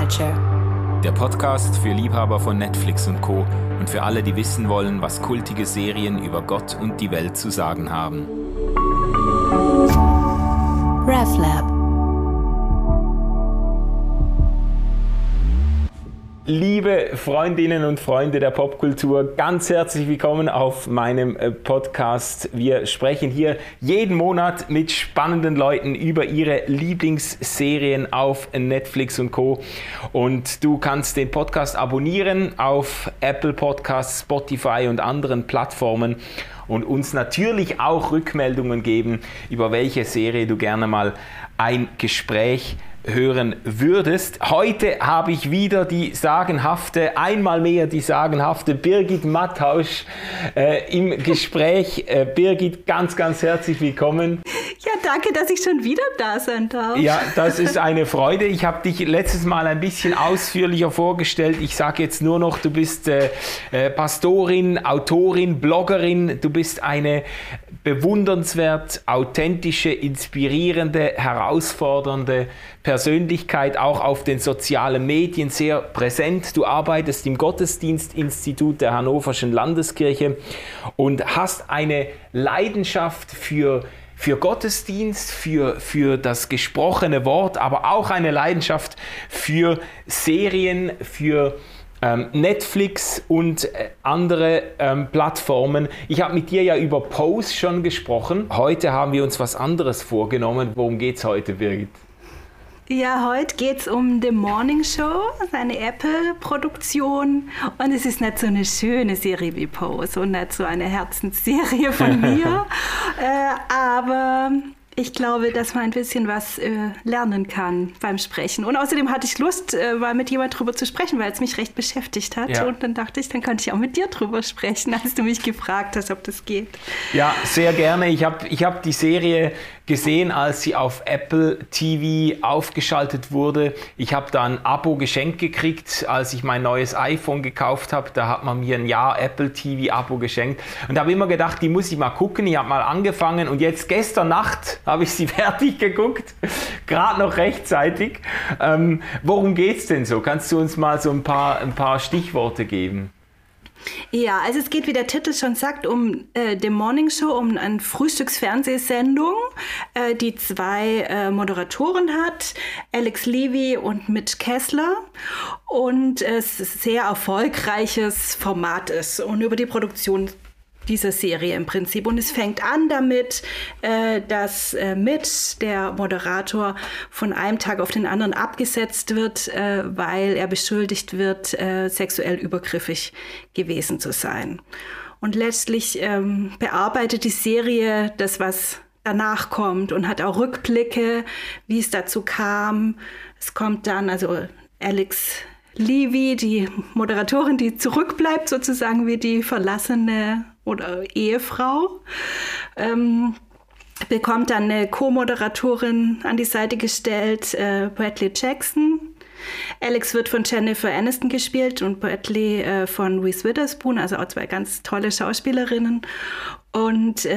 Culture. Der Podcast für Liebhaber von Netflix und Co. und für alle, die wissen wollen, was kultige Serien über Gott und die Welt zu sagen haben. RevLab. Liebe Freundinnen und Freunde der Popkultur, ganz herzlich willkommen auf meinem Podcast. Wir sprechen hier jeden Monat mit spannenden Leuten über ihre Lieblingsserien auf Netflix und Co. Und du kannst den Podcast abonnieren auf Apple Podcasts, Spotify und anderen Plattformen und uns natürlich auch Rückmeldungen geben, über welche Serie du gerne mal ein Gespräch hören würdest. Heute habe ich wieder einmal mehr die sagenhafte Birgit Mattausch im Gespräch. Birgit, ganz, ganz herzlich willkommen. Ja, danke, dass ich schon wieder da sein darf. Ja, das ist eine Freude. Ich habe dich letztes Mal ein bisschen ausführlicher vorgestellt. Ich sage jetzt nur noch, du bist Pastorin, Autorin, Bloggerin. Du bist eine bewundernswert authentische, inspirierende, herausfordernde Persönlichkeit, auch auf den sozialen Medien sehr präsent. Du arbeitest im Gottesdienstinstitut der Hannoverschen Landeskirche und hast eine Leidenschaft für Gottesdienst, für das gesprochene Wort, aber auch eine Leidenschaft für Serien, für Netflix und andere Plattformen. Ich habe mit dir ja über Pose schon gesprochen. Heute haben wir uns was anderes vorgenommen. Worum geht es heute, Birgit? Ja, heute geht es um The Morning Show, eine Apple-Produktion. Und es ist nicht so eine schöne Serie wie Pose und nicht so eine Herzensserie von mir. Aber ich glaube, dass man ein bisschen was lernen kann beim Sprechen. Und außerdem hatte ich Lust, mal mit jemand drüber zu sprechen, weil es mich recht beschäftigt hat. Ja. Und dann dachte ich, dann könnte ich auch mit dir drüber sprechen, als du mich gefragt hast, ob das geht. Ja, sehr gerne. Ich hab die Serie gesehen, als sie auf Apple TV aufgeschaltet wurde. Ich habe da ein Abo geschenkt gekriegt, als ich mein neues iPhone gekauft habe. Da hat man mir ein Jahr Apple TV Abo geschenkt. Und habe immer gedacht, die muss ich mal gucken. Ich habe mal angefangen und jetzt gestern Nacht habe ich sie fertig geguckt. Gerade noch rechtzeitig. Worum geht's denn so? Kannst du uns mal so ein paar Stichworte geben? Ja, also es geht, wie der Titel schon sagt, um The Morning Show, um eine Frühstücksfernsehsendung, die zwei Moderatoren hat, Alex Levy und Mitch Kessler, und es ist ein sehr erfolgreiches Format ist und über die Produktion dieser Serie im Prinzip. Und es fängt an damit, dass Mitch, der Moderator, von einem Tag auf den anderen abgesetzt wird, weil er beschuldigt wird, sexuell übergriffig gewesen zu sein. Und letztlich bearbeitet die Serie das, was danach kommt, und hat auch Rückblicke, wie es dazu kam. Es kommt dann, also Alex Levy, die Moderatorin, die zurückbleibt, sozusagen wie die verlassene oder Ehefrau, bekommt dann eine Co-Moderatorin an die Seite gestellt, Bradley Jackson. Alex wird von Jennifer Aniston gespielt und Bradley von Reese Witherspoon, also auch zwei ganz tolle Schauspielerinnen. Und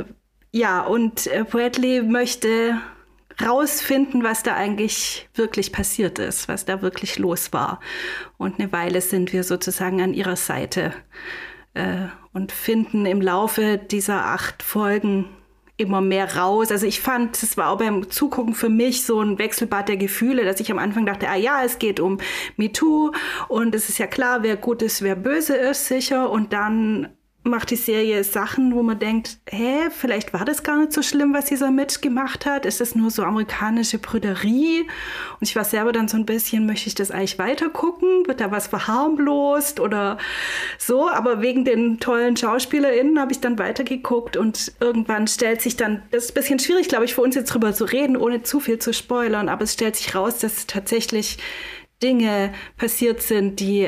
Bradley möchte rausfinden, was da eigentlich wirklich passiert ist, was da wirklich los war. Und eine Weile sind wir sozusagen an ihrer Seite und finden im Laufe dieser 8 Folgen immer mehr raus. Also ich fand, es war auch beim Zugucken für mich so ein Wechselbad der Gefühle, dass ich am Anfang dachte, es geht um MeToo und es ist ja klar, wer gut ist, wer böse ist, sicher. Und dann macht die Serie Sachen, wo man denkt, vielleicht war das gar nicht so schlimm, was dieser Mitch gemacht hat. Ist das nur so amerikanische Prüderie? Und ich war selber dann so ein bisschen, möchte ich das eigentlich weiter gucken? Wird da was verharmlost oder so? Aber wegen den tollen SchauspielerInnen habe ich dann weitergeguckt und irgendwann stellt sich dann, das ist ein bisschen schwierig, glaube ich, für uns jetzt drüber zu reden, ohne zu viel zu spoilern, aber es stellt sich raus, dass tatsächlich Dinge passiert sind, die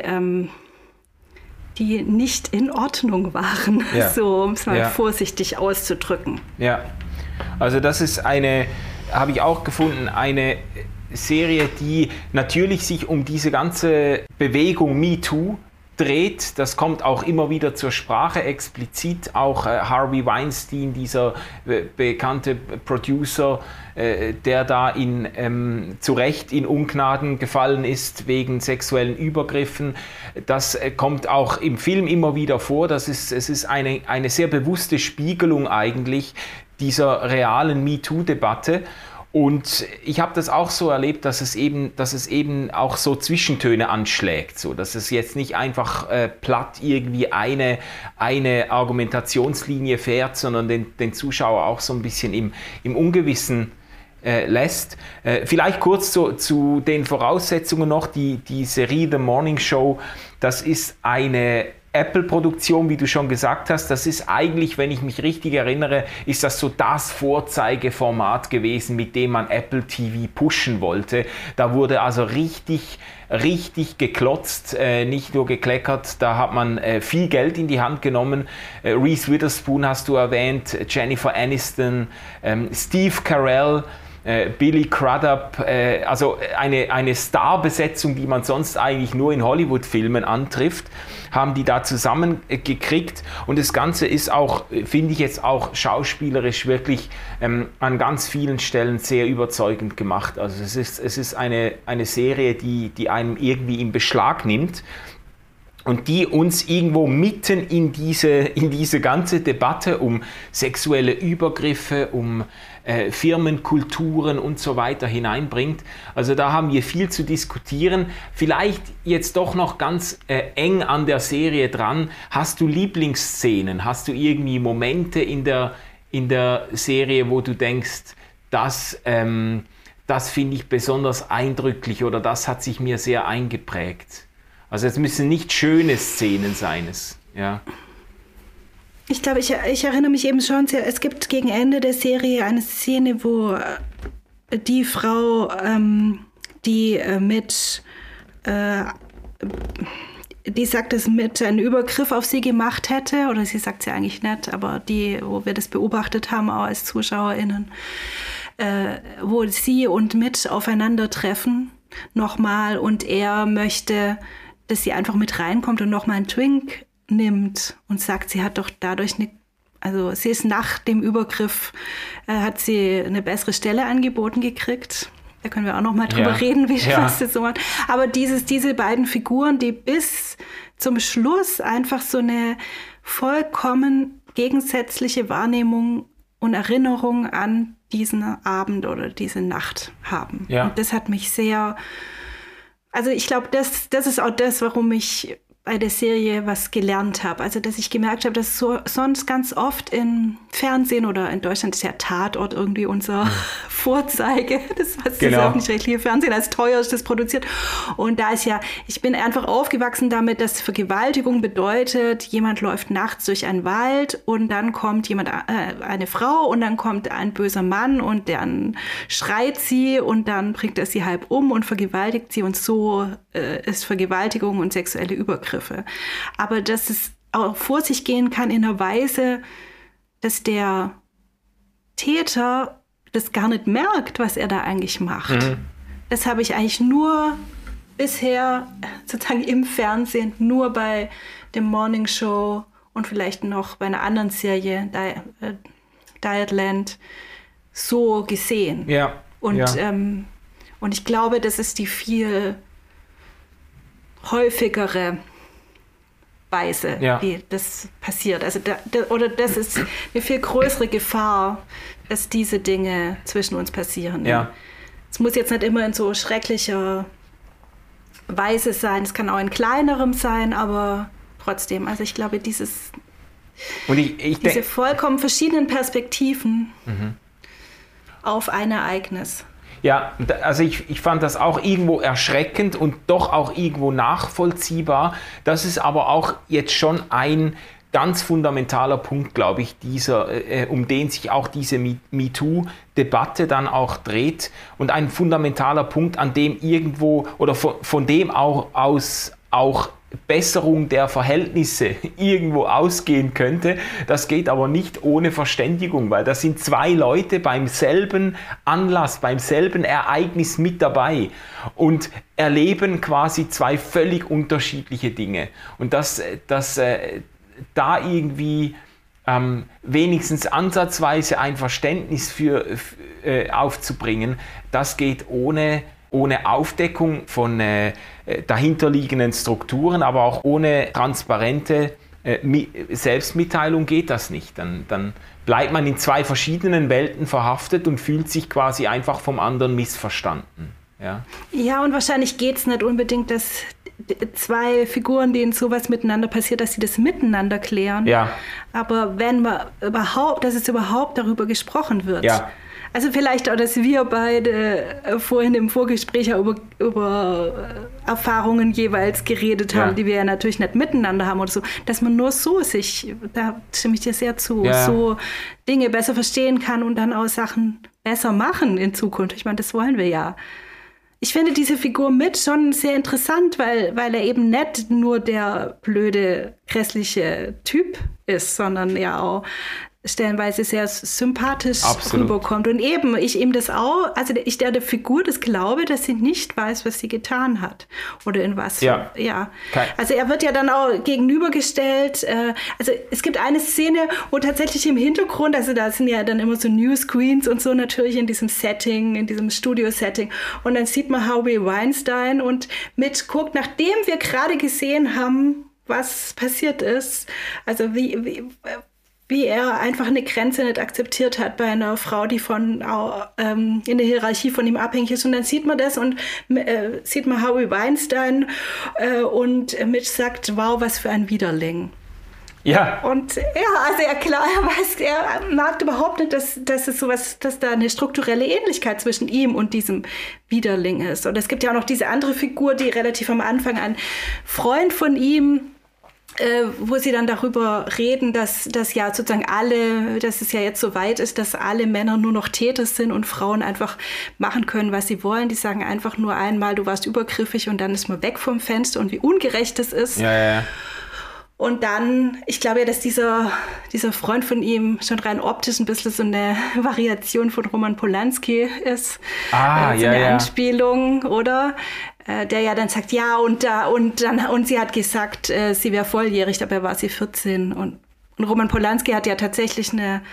nicht in Ordnung waren, so um es mal vorsichtig auszudrücken. Ja, also das ist habe ich auch gefunden, eine Serie, die natürlich sich um diese ganze Bewegung MeToo dreht. Das kommt auch immer wieder zur Sprache, explizit. Auch Harvey Weinstein, dieser bekannte Producer, der da zu Recht in Ungnaden gefallen ist wegen sexuellen Übergriffen. Das kommt auch im Film immer wieder vor. Es ist eine sehr bewusste Spiegelung eigentlich dieser realen MeToo-Debatte. Und ich habe das auch so erlebt, dass es eben auch so Zwischentöne anschlägt, so dass es jetzt nicht einfach platt irgendwie eine Argumentationslinie fährt, sondern den Zuschauer auch so ein bisschen im Ungewissen lässt. Vielleicht kurz zu den Voraussetzungen noch. Die Serie The Morning Show, das ist eine Apple-Produktion, wie du schon gesagt hast. Das ist eigentlich, wenn ich mich richtig erinnere, ist das so das Vorzeigeformat gewesen, mit dem man Apple TV pushen wollte. Da wurde also richtig geklotzt, nicht nur gekleckert, da hat man viel Geld in die Hand genommen. Reese Witherspoon hast du erwähnt, Jennifer Aniston, Steve Carell, Billy Crudup, also eine Starbesetzung, die man sonst eigentlich nur in Hollywood-Filmen antrifft, haben die da zusammengekriegt. Und das Ganze ist auch, finde ich jetzt auch schauspielerisch wirklich an ganz vielen Stellen sehr überzeugend gemacht. Also es ist eine Serie, die einem irgendwie in Beschlag nimmt und die uns irgendwo mitten in diese ganze Debatte um sexuelle Übergriffe, um Firmenkulturen und so weiter hineinbringt. Also da haben wir viel zu diskutieren. Vielleicht jetzt doch noch ganz eng an der Serie dran. Hast du Lieblingsszenen? Hast du irgendwie Momente in der Serie, wo du denkst, das finde ich besonders eindrücklich oder das hat sich mir sehr eingeprägt? Also es müssen nicht schöne Szenen sein. Ja. Ich glaube, ich erinnere mich eben schon sehr, es gibt gegen Ende der Serie eine Szene, wo die Frau, die sagt, dass mit einen Übergriff auf sie gemacht hätte, oder sie sagt es ja eigentlich nicht, aber wo wir das beobachtet haben, auch als ZuschauerInnen, wo sie und Mitt aufeinandertreffen, nochmal, und er möchte, dass sie einfach mit reinkommt und nochmal einen Twink nimmt und sagt, sie hat doch dadurch sie ist nach dem Übergriff, hat sie eine bessere Stelle angeboten gekriegt. Da können wir auch noch mal drüber reden, was das so macht. Aber diese beiden Figuren, die bis zum Schluss einfach so eine vollkommen gegensätzliche Wahrnehmung und Erinnerung an diesen Abend oder diese Nacht haben. Ja. Und das hat mich sehr, also ich glaube, das ist auch das, warum ich bei der Serie was gelernt habe. Also, dass ich gemerkt habe, dass sonst ganz oft im Fernsehen oder in Deutschland ist ja Tatort irgendwie unser Vorzeige. Das öffentlich-rechtliche Fernsehen als teuerstes produziert. Und da ich bin einfach aufgewachsen damit, dass Vergewaltigung bedeutet, jemand läuft nachts durch einen Wald und dann kommt eine Frau und dann kommt ein böser Mann und dann schreit sie und dann bringt er sie halb um und vergewaltigt sie, und so ist Vergewaltigung und sexuelle Übergriffe. Aber dass es auch vor sich gehen kann in einer Weise, dass der Täter das gar nicht merkt, was er da eigentlich macht. Mhm. Das habe ich eigentlich nur bisher sozusagen im Fernsehen, nur bei dem Morning Show und vielleicht noch bei einer anderen Serie, Dietland, so gesehen. Ja. Und ich glaube, das ist die viel häufigere Weise, wie das passiert. Also das ist eine viel größere Gefahr, dass diese Dinge zwischen uns passieren. Ja. Es muss jetzt nicht immer in so schrecklicher Weise sein, es kann auch in kleinerem sein, aber trotzdem, also ich glaube, diese vollkommen verschiedenen Perspektiven auf ein Ereignis. Ja, also ich fand das auch irgendwo erschreckend und doch auch irgendwo nachvollziehbar. Das ist aber auch jetzt schon ein ganz fundamentaler Punkt, glaube ich, um den sich auch diese MeToo-Debatte dann auch dreht, und ein fundamentaler Punkt, an dem irgendwo oder von dem aus auch Besserung der Verhältnisse irgendwo ausgehen könnte. Das geht aber nicht ohne Verständigung, weil das sind zwei Leute beim selben Anlass, beim selben Ereignis mit dabei und erleben quasi zwei völlig unterschiedliche Dinge. Und dass da irgendwie wenigstens ansatzweise ein Verständnis für aufzubringen, das geht ohne Aufdeckung von dahinterliegenden Strukturen, aber auch ohne transparente Selbstmitteilung geht das nicht. Dann bleibt man in zwei verschiedenen Welten verhaftet und fühlt sich quasi einfach vom anderen missverstanden. Ja, und wahrscheinlich geht es nicht unbedingt, dass zwei Figuren, denen sowas miteinander passiert, dass sie das miteinander klären. Ja. Aber dass es überhaupt darüber gesprochen wird. Ja. Also vielleicht auch, dass wir beide vorhin im Vorgespräch über Erfahrungen jeweils geredet haben, die wir ja natürlich nicht miteinander haben oder so, dass man nur so da stimme ich dir sehr zu, so Dinge besser verstehen kann und dann auch Sachen besser machen in Zukunft. Ich meine, das wollen wir ja. Ich finde diese Figur Mitch schon sehr interessant, weil er eben nicht nur der blöde, grässliche Typ ist, sondern ja auch stellenweise sehr sympathisch rüberkommt. Und eben, ich ihm das auch, also ich der Figur das glaube, dass sie nicht weiß, was sie getan hat. Oder in was. Ja. Also er wird ja dann auch gegenübergestellt. Also es gibt eine Szene, wo tatsächlich im Hintergrund, also da sind ja dann immer so Newscreens und so natürlich in diesem Setting, in diesem Studio-Setting. Und dann sieht man Harvey Weinstein und Mitch guckt, nachdem wir gerade gesehen haben, was passiert ist, also wie er einfach eine Grenze nicht akzeptiert hat bei einer Frau, die in der Hierarchie von ihm abhängig ist. Und dann sieht man das und sieht man Harvey Weinstein und Mitch sagt, wow, was für ein Widerling. Ja. Und also er merkt überhaupt nicht, dass da eine strukturelle Ähnlichkeit zwischen ihm und diesem Widerling ist. Und es gibt ja auch noch diese andere Figur, die relativ am Anfang ein Freund von ihm, wo sie dann darüber reden, dass ja sozusagen dass es ja jetzt so weit ist, dass alle Männer nur noch Täter sind und Frauen einfach machen können, was sie wollen. Die sagen einfach nur einmal, du warst übergriffig und dann ist man weg vom Fenster und wie ungerecht das ist. Ja. Und dann, ich glaube ja, dass dieser Freund von ihm schon rein optisch ein bisschen so eine Variation von Roman Polanski ist. Eine Anspielung, oder? Der ja dann sagt, ja, und sie hat gesagt, sie wäre volljährig, dabei war sie 14. Und Roman Polanski hat ja tatsächlich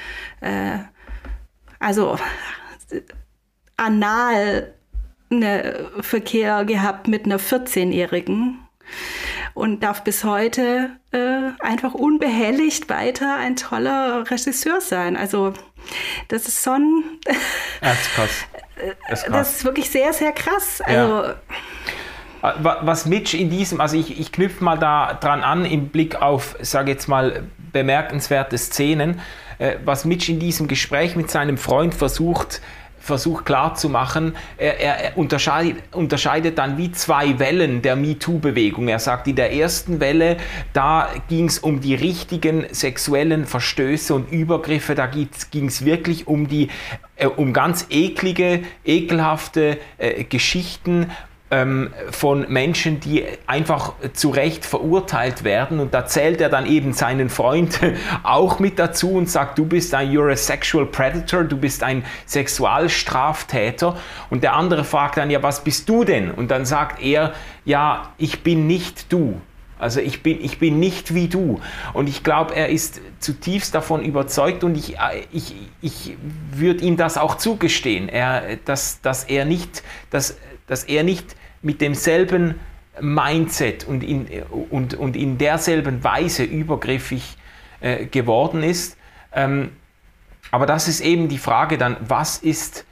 Verkehr gehabt mit einer 14-Jährigen. Und darf bis heute einfach unbehelligt weiter ein toller Regisseur sein. Also das ist schon... Das ist krass. Das ist wirklich sehr, sehr krass. Also, was Mitch in diesem, also ich knüpfe mal da dran an im Blick auf, sage jetzt mal, bemerkenswerte Szenen, was Mitch in diesem Gespräch mit seinem Freund versucht klarzumachen, er unterscheidet dann wie zwei Wellen der MeToo-Bewegung. Er sagt, in der ersten Welle, da ging es um die richtigen sexuellen Verstöße und Übergriffe, da ging es wirklich um ganz ekelhafte Geschichten von Menschen, die einfach zu Recht verurteilt werden. Und da zählt er dann eben seinen Freund auch mit dazu und sagt, you're a sexual predator, du bist ein Sexualstraftäter. Und der andere fragt dann, ja, was bist du denn? Und dann sagt er, ja, ich bin nicht du. Also ich bin nicht wie du. Und ich glaube, er ist zutiefst davon überzeugt und ich würde ihm das auch zugestehen, dass er nicht mit demselben Mindset und in derselben Weise übergriffig geworden ist. Aber das ist eben die Frage dann, was ist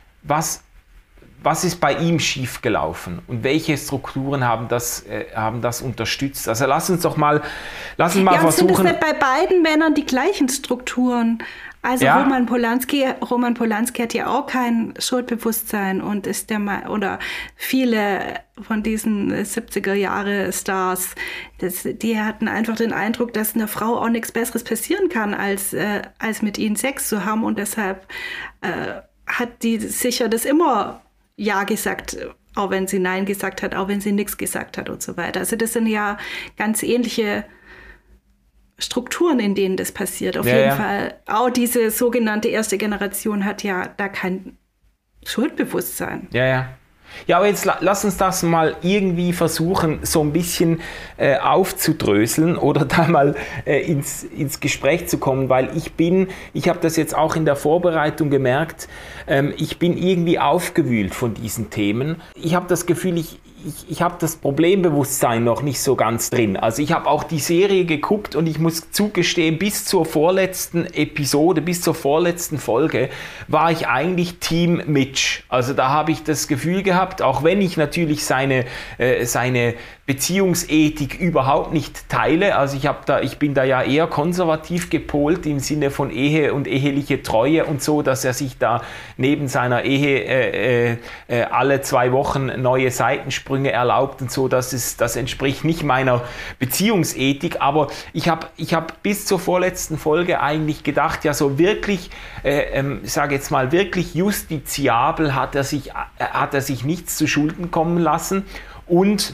bei ihm schiefgelaufen und welche Strukturen haben das unterstützt? Also lass uns mal versuchen. Sind es nicht bei beiden Männern die gleichen Strukturen? Also ja. Roman Polanski hat ja auch kein Schuldbewusstsein und oder viele von diesen 70er-Jahre-Stars, die hatten einfach den Eindruck, dass einer Frau auch nichts Besseres passieren kann, als mit ihnen Sex zu haben, und deshalb hat die sicher das immer ja gesagt, auch wenn sie Nein gesagt hat, auch wenn sie nichts gesagt hat und so weiter. Also das sind ja ganz ähnliche Strukturen, in denen das passiert. Auf jeden Fall. Auch diese sogenannte erste Generation hat ja da kein Schuldbewusstsein. Ja, aber jetzt lass uns das mal irgendwie versuchen, so ein bisschen aufzudröseln oder da mal ins Gespräch zu kommen, weil ich habe das jetzt auch in der Vorbereitung gemerkt, ich bin irgendwie aufgewühlt von diesen Themen. Ich habe das Gefühl, ich habe das Problembewusstsein noch nicht so ganz drin. Also ich habe auch die Serie geguckt und ich muss zugestehen, bis zur vorletzten Episode, bis zur vorletzten Folge war ich eigentlich Team Mitch. Also da habe ich das Gefühl gehabt, auch wenn ich natürlich seine Beziehungsethik überhaupt nicht teile. Also ich bin da ja eher konservativ gepolt im Sinne von Ehe und eheliche Treue und so, dass er sich da neben seiner Ehe alle 2 Wochen neue Seitensprünge erlaubt und so. Das entspricht nicht meiner Beziehungsethik. Aber ich hab bis zur vorletzten Folge eigentlich gedacht, ja so wirklich, sage jetzt mal wirklich justiziabel hat er sich nichts zu Schulden kommen lassen und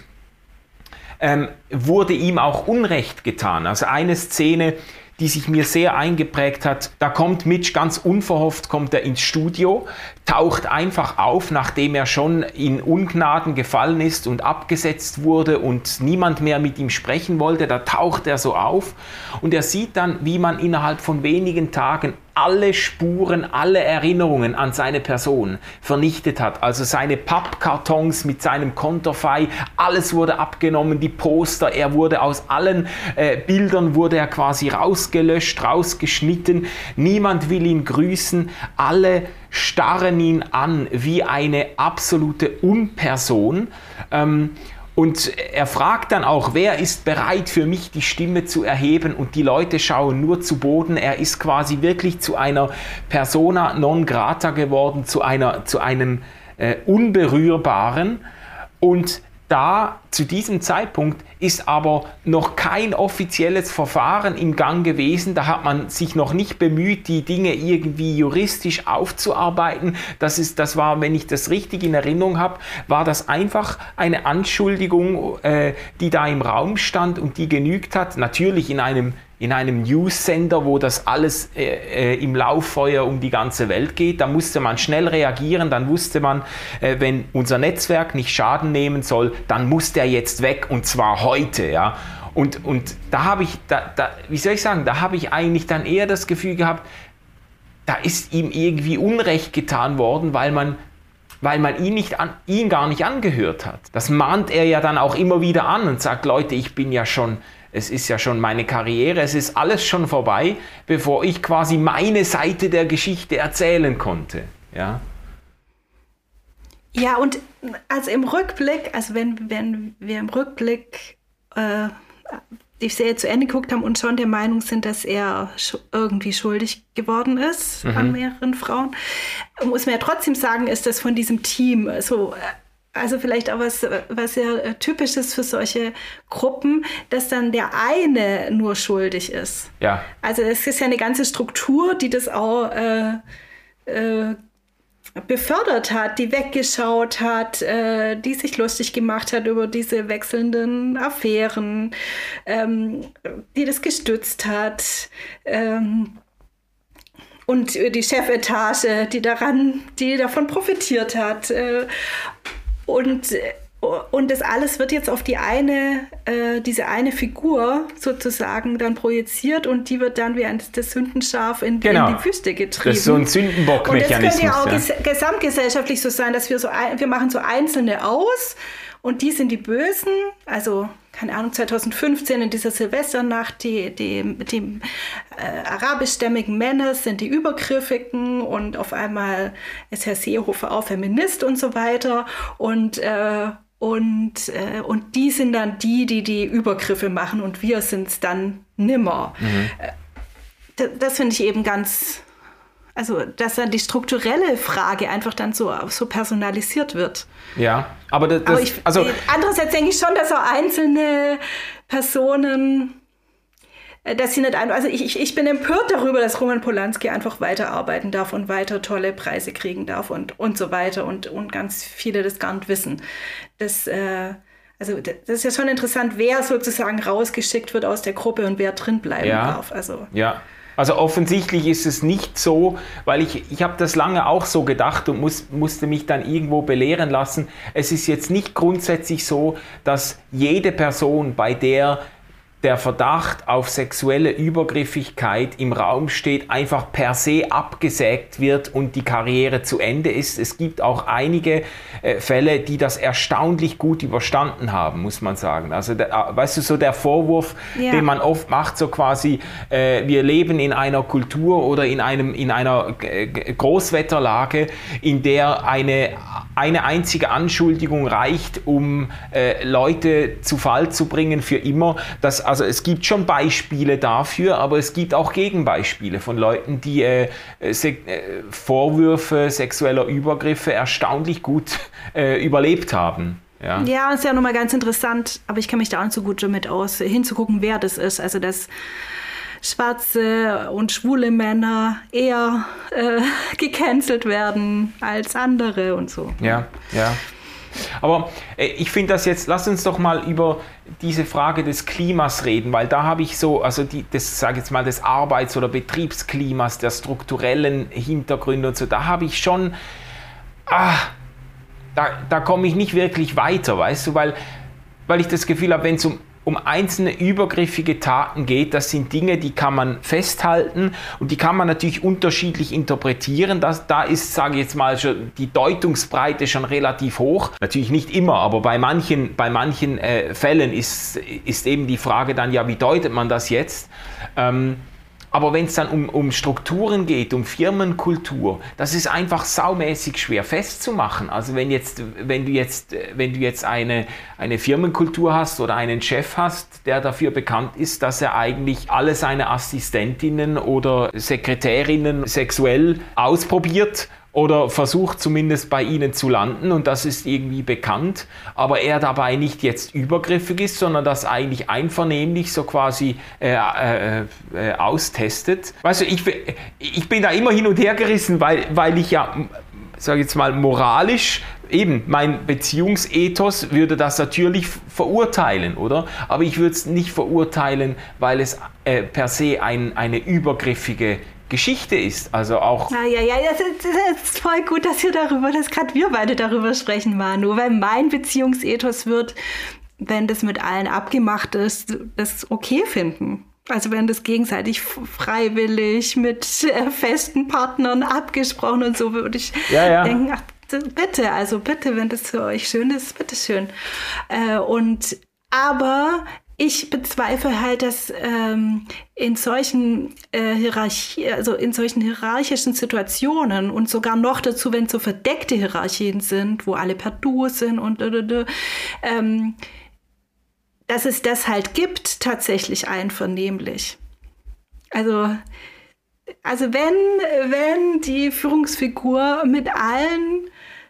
wurde ihm auch Unrecht getan. Also eine Szene, die sich mir sehr eingeprägt hat, da kommt Mitch ganz unverhofft, kommt er ins Studio, taucht einfach auf, nachdem er schon in Ungnaden gefallen ist und abgesetzt wurde und niemand mehr mit ihm sprechen wollte, da taucht er so auf und er sieht dann, wie man innerhalb von wenigen Tagen alle Spuren, alle Erinnerungen an seine Person vernichtet hat. Also seine Pappkartons mit seinem Konterfei, alles wurde abgenommen, die Poster, er wurde aus allen Bildern wurde er quasi rausgelöscht, rausgeschnitten. Niemand will ihn grüßen, alle starren ihn an wie eine absolute Unperson. Und er fragt dann auch, wer ist bereit für mich die Stimme zu erheben, und die Leute schauen nur zu Boden. Er ist quasi wirklich zu einer Persona non grata geworden, zu einem Unberührbaren. Und zu diesem Zeitpunkt ist aber noch kein offizielles Verfahren im Gang gewesen. Da hat man sich noch nicht bemüht, die Dinge irgendwie juristisch aufzuarbeiten. Das war, wenn ich das richtig in Erinnerung habe, war das einfach eine Anschuldigung, die da im Raum stand und die genügt hat. Natürlich in einem News-Sender, wo das alles im Lauffeuer um die ganze Welt geht. Da musste man schnell reagieren, dann wusste man, wenn unser Netzwerk nicht Schaden nehmen soll, dann muss der jetzt weg, und zwar heute. Ja? Und da habe ich, wie soll ich sagen, da habe ich eigentlich dann eher das Gefühl gehabt, da ist ihm irgendwie Unrecht getan worden, weil man ihn gar nicht angehört hat. Das mahnt er ja dann auch immer wieder an und sagt, Leute, es ist ja schon meine Karriere, es ist alles schon vorbei, bevor ich quasi meine Seite der Geschichte erzählen konnte. Ja, ja, und also im Rückblick, also wenn wir im Rückblick die Serie zu Ende geguckt haben und schon der Meinung sind, dass er irgendwie schuldig geworden ist an mehreren Frauen, muss man ja trotzdem sagen, ist das von diesem Team so... Also vielleicht auch was sehr typisch ist für solche Gruppen, dass dann der eine nur schuldig ist. Ja. Also es ist ja eine ganze Struktur, die das auch befördert hat, die weggeschaut hat, die sich lustig gemacht hat über diese wechselnden Affären, die das gestützt hat. Und die Chefetage, die davon profitiert hat. Und das alles wird jetzt auf diese eine Figur sozusagen dann projiziert, und die wird dann wie das Sündenschaf in die Wüste getrieben. Das ist so ein Sündenbock-Mechanismus. Und das könnte ja auch gesamtgesellschaftlich so sein, dass wir machen so Einzelne aus, und die sind die Bösen. Also, keine Ahnung, 2015 in dieser Silvesternacht, die arabischstämmigen Männer sind die Übergriffigen, und auf einmal ist Herr Seehofer auch Feminist und so weiter. Und die sind dann die Übergriffe machen, und wir sind es dann nimmer. Das finde ich eben ganz... Also, dass dann die strukturelle Frage einfach dann so personalisiert wird. Ja, aber andererseits denke ich schon, dass auch einzelne Personen dass sie nicht einfach, also ich bin empört darüber, dass Roman Polanski einfach weiterarbeiten darf und weiter tolle Preise kriegen darf und so weiter und ganz viele das gar nicht wissen. Das ist ja schon interessant, wer sozusagen rausgeschickt wird aus der Gruppe und wer drin bleiben darf. Also offensichtlich ist es nicht so, weil ich habe das lange auch so gedacht und musste mich dann irgendwo belehren lassen. Es ist jetzt nicht grundsätzlich so, dass jede Person, bei der der Verdacht auf sexuelle Übergriffigkeit im Raum steht, einfach per se abgesägt wird und die Karriere zu Ende ist. Es gibt auch einige Fälle, die das erstaunlich gut überstanden haben, muss man sagen. Also, weißt du, so der Vorwurf, den man oft macht, so quasi, wir leben in einer Kultur oder in einer Großwetterlage, in der eine einzige Anschuldigung reicht, um Leute zu Fall zu bringen für immer. Also es gibt schon Beispiele dafür, aber es gibt auch Gegenbeispiele von Leuten, die Vorwürfe sexueller Übergriffe erstaunlich gut überlebt haben. Ja, ist ja nochmal ganz interessant, aber ich kenne mich da auch nicht so gut damit aus, hinzugucken, wer das ist. Also dass schwarze und schwule Männer eher gecancelt werden als andere und so. Ja. Aber ich finde das jetzt, lass uns doch mal über diese Frage des Klimas reden, weil da habe ich so, also des Arbeits- oder Betriebsklimas, der strukturellen Hintergründe und so, da habe ich schon, da komme ich nicht wirklich weiter, weißt du, weil ich das Gefühl habe, wenn es um einzelne übergriffige Taten geht, das sind Dinge, die kann man festhalten und die kann man natürlich unterschiedlich interpretieren. Da ist, sage ich jetzt mal, schon die Deutungsbreite schon relativ hoch. Natürlich nicht immer, aber bei manchen Fällen ist eben die Frage dann, ja, wie deutet man das jetzt? Aber wenn es dann um Strukturen geht, um Firmenkultur, das ist einfach saumäßig schwer festzumachen. Also wenn du jetzt eine Firmenkultur hast oder einen Chef hast, der dafür bekannt ist, dass er eigentlich alle seine Assistentinnen oder Sekretärinnen sexuell ausprobiert oder versucht zumindest bei ihnen zu landen und das ist irgendwie bekannt, aber er dabei nicht jetzt übergriffig ist, sondern das eigentlich einvernehmlich so quasi austestet. Weißt du, ich bin da immer hin und her gerissen, weil ich ja, sage ich jetzt mal, moralisch eben, mein Beziehungsethos würde das natürlich verurteilen, oder? Aber ich würde es nicht verurteilen, weil es per se eine übergriffige Geschichte ist, also auch... Ja, das ist voll gut, dass gerade wir beide darüber sprechen, Manu, weil mein Beziehungsethos wird, wenn das mit allen abgemacht ist, das okay finden. Also wenn das gegenseitig freiwillig mit festen Partnern abgesprochen und so, würde ich denken, ach, bitte, wenn das für euch schön ist, bitteschön. Aber ich bezweifle halt, dass in solchen hierarchischen Situationen und sogar noch dazu, wenn es so verdeckte Hierarchien sind, wo alle per Du sind und dass es das halt gibt, tatsächlich einvernehmlich. Also wenn die Führungsfigur mit allen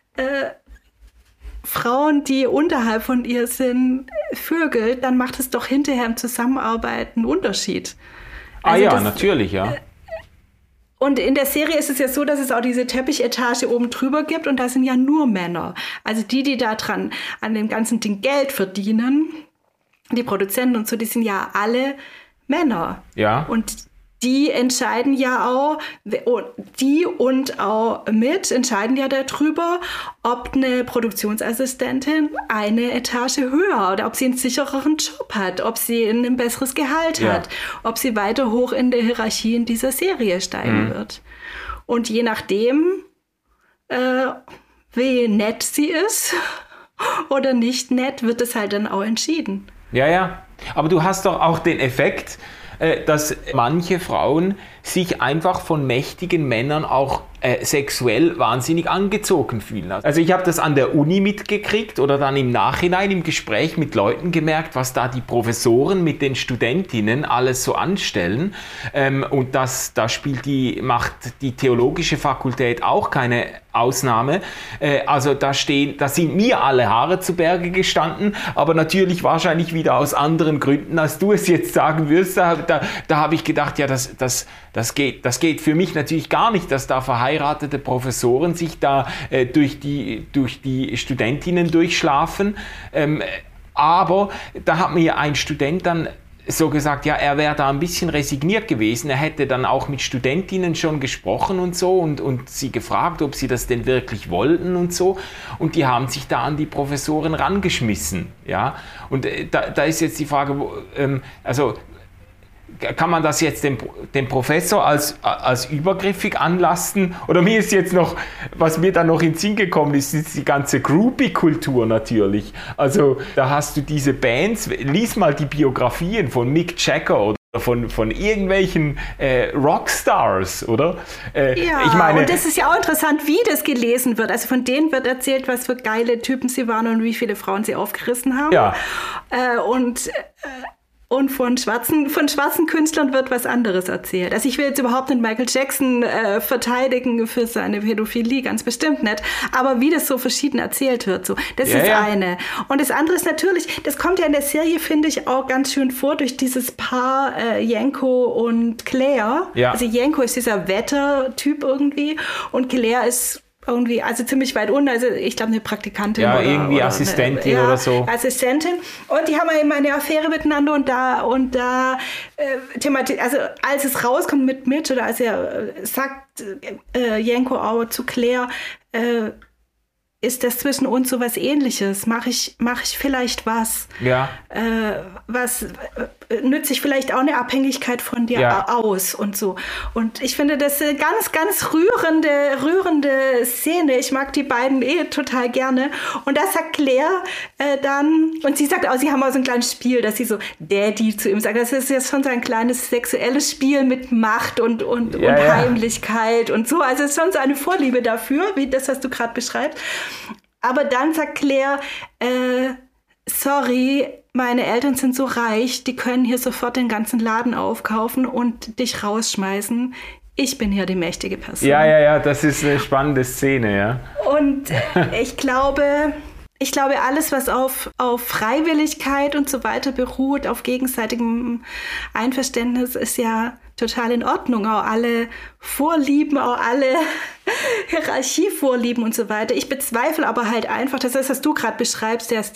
Frauen, die unterhalb von ihr sind, vögelt, dann macht es doch hinterher im Zusammenarbeiten einen Unterschied. Also natürlich, ja. Und in der Serie ist es ja so, dass es auch diese Teppichetage oben drüber gibt und da sind ja nur Männer. Also die da dran an dem ganzen Ding Geld verdienen, die Produzenten und so, die sind ja alle Männer. Ja. Und die entscheiden ja auch, entscheiden ja darüber, ob eine Produktionsassistentin eine Etage höher oder ob sie einen sichereren Job hat, ob sie ein besseres Gehalt hat, ob sie weiter hoch in der Hierarchie in dieser Serie steigen wird. Und je nachdem, wie nett sie ist oder nicht nett, wird es halt dann auch entschieden. Ja. Aber du hast doch auch den Effekt, dass manche Frauen sich einfach von mächtigen Männern auch sexuell wahnsinnig angezogen fühlen. Also ich habe das an der Uni mitgekriegt oder dann im Nachhinein im Gespräch mit Leuten gemerkt, was da die Professoren mit den Studentinnen alles so anstellen. Und macht die theologische Fakultät auch keine Ausnahme. Also da sind mir alle Haare zu Berge gestanden, aber natürlich wahrscheinlich wieder aus anderen Gründen, als du es jetzt sagen wirst. Da habe ich gedacht, ja, das geht für mich natürlich gar nicht, dass da verheiratete Professoren sich da durch die Studentinnen durchschlafen. Aber da hat mir ein Student dann so gesagt, ja, er wäre da ein bisschen resigniert gewesen. Er hätte dann auch mit Studentinnen schon gesprochen und so und sie gefragt, ob sie das denn wirklich wollten und so. Und die haben sich da an die Professoren rangeschmissen. Ja? Und da ist jetzt die Frage, also kann man das jetzt dem Professor als übergriffig anlasten? Oder mir ist jetzt noch, was mir dann noch in den Sinn gekommen ist die ganze Groupie-Kultur natürlich. Also da hast du diese Bands, lies mal die Biografien von Mick Jagger oder von irgendwelchen Rockstars, oder? Ja, ich meine, und das ist ja auch interessant, wie das gelesen wird. Also von denen wird erzählt, was für geile Typen sie waren und wie viele Frauen sie aufgerissen haben. Ja. Und von schwarzen Künstlern wird was anderes erzählt. Also ich will jetzt überhaupt nicht Michael Jackson verteidigen für seine Pädophilie, ganz bestimmt nicht. Aber wie das so verschieden erzählt wird, so, das ist eine. Und das andere ist natürlich, das kommt ja in der Serie, finde ich, auch ganz schön vor durch dieses Paar Jenko und Claire. Ja. Also Jenko ist dieser Wetter-Typ irgendwie und Claire ist irgendwie, also ziemlich weit unten, also ich glaube eine Praktikantin oder irgendwie Assistentin oder so. Assistentin. Und die haben ja immer eine Affäre miteinander und da also als es rauskommt mit Mitch oder als er sagt Jenko auch zu Claire, ist das zwischen uns so was Ähnliches? Mach ich vielleicht was? Ja. Nütze ich vielleicht auch eine Abhängigkeit von dir aus und so. Und ich finde das eine ganz, ganz rührende Szene. Ich mag die beiden total gerne. Und da sagt Claire dann, und sie sagt auch, sie haben auch so ein kleines Spiel, dass sie so Daddy zu ihm sagt. Das ist jetzt schon so ein kleines sexuelles Spiel mit Macht und Heimlichkeit und so. Also es ist schon so eine Vorliebe dafür, wie das, was du gerade beschreibst. Aber dann sagt Claire, sorry, meine Eltern sind so reich, die können hier sofort den ganzen Laden aufkaufen und dich rausschmeißen. Ich bin hier die mächtige Person. Ja, das ist eine spannende Szene, ja. Und ich glaube, alles, was auf Freiwilligkeit und so weiter beruht, auf gegenseitigem Einverständnis, ist ja total in Ordnung. Auch alle Vorlieben, auch alle Hierarchievorlieben und so weiter. Ich bezweifle aber halt einfach, das ist, was du gerade beschreibst, das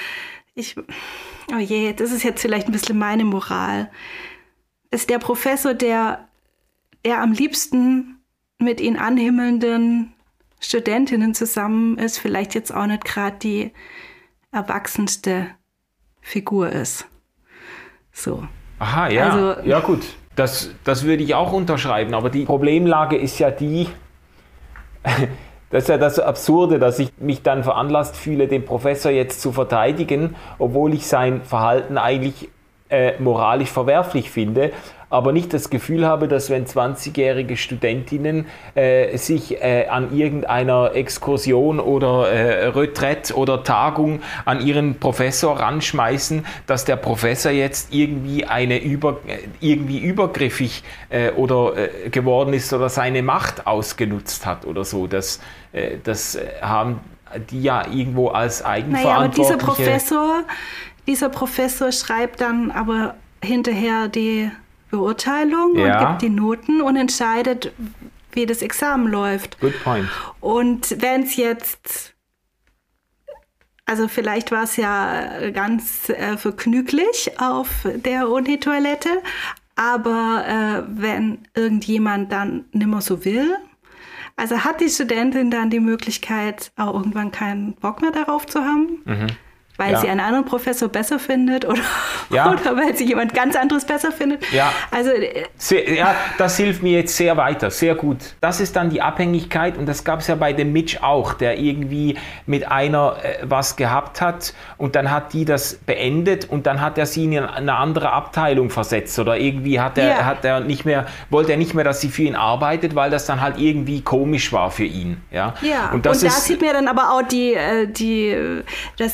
ist jetzt vielleicht ein bisschen meine Moral. Ist der Professor, der am liebsten mit ihn anhimmelnden Studentinnen zusammen ist, vielleicht jetzt auch nicht gerade die erwachsenste Figur ist. So. Aha, ja. Also, ja gut, das würde ich auch unterschreiben, aber die Problemlage ist ja die, das ist ja das Absurde, dass ich mich dann veranlasst fühle, den Professor jetzt zu verteidigen, obwohl ich sein Verhalten eigentlich moralisch verwerflich finde, aber nicht das Gefühl habe, dass wenn 20-jährige Studentinnen sich an irgendeiner Exkursion oder Retraite oder Tagung an ihren Professor ranschmeißen, dass der Professor jetzt irgendwie übergriffig geworden ist oder seine Macht ausgenutzt hat oder so. Das haben die ja irgendwo als Eigenverantwortliche... Naja, aber dieser Professor schreibt dann aber hinterher die Beurteilung und gibt die Noten und entscheidet, wie das Examen läuft. Good point. Und wenn es jetzt, also vielleicht war es ja ganz vergnüglich auf der Uni-Toilette, aber wenn irgendjemand dann nimmer so will, also hat die Studentin dann die Möglichkeit, auch irgendwann keinen Bock mehr darauf zu haben? Mhm. Weil sie einen anderen Professor besser findet oder weil sie jemand ganz anderes besser findet. Ja. Also, das hilft mir jetzt sehr weiter, sehr gut. Das ist dann die Abhängigkeit und das gab es ja bei dem Mitch auch, der irgendwie mit einer was gehabt hat und dann hat die das beendet und dann hat er sie in eine andere Abteilung versetzt oder irgendwie wollte er nicht mehr, dass sie für ihn arbeitet, weil das dann halt irgendwie komisch war für ihn. Ja. Und da sieht man dann aber auch dass Alex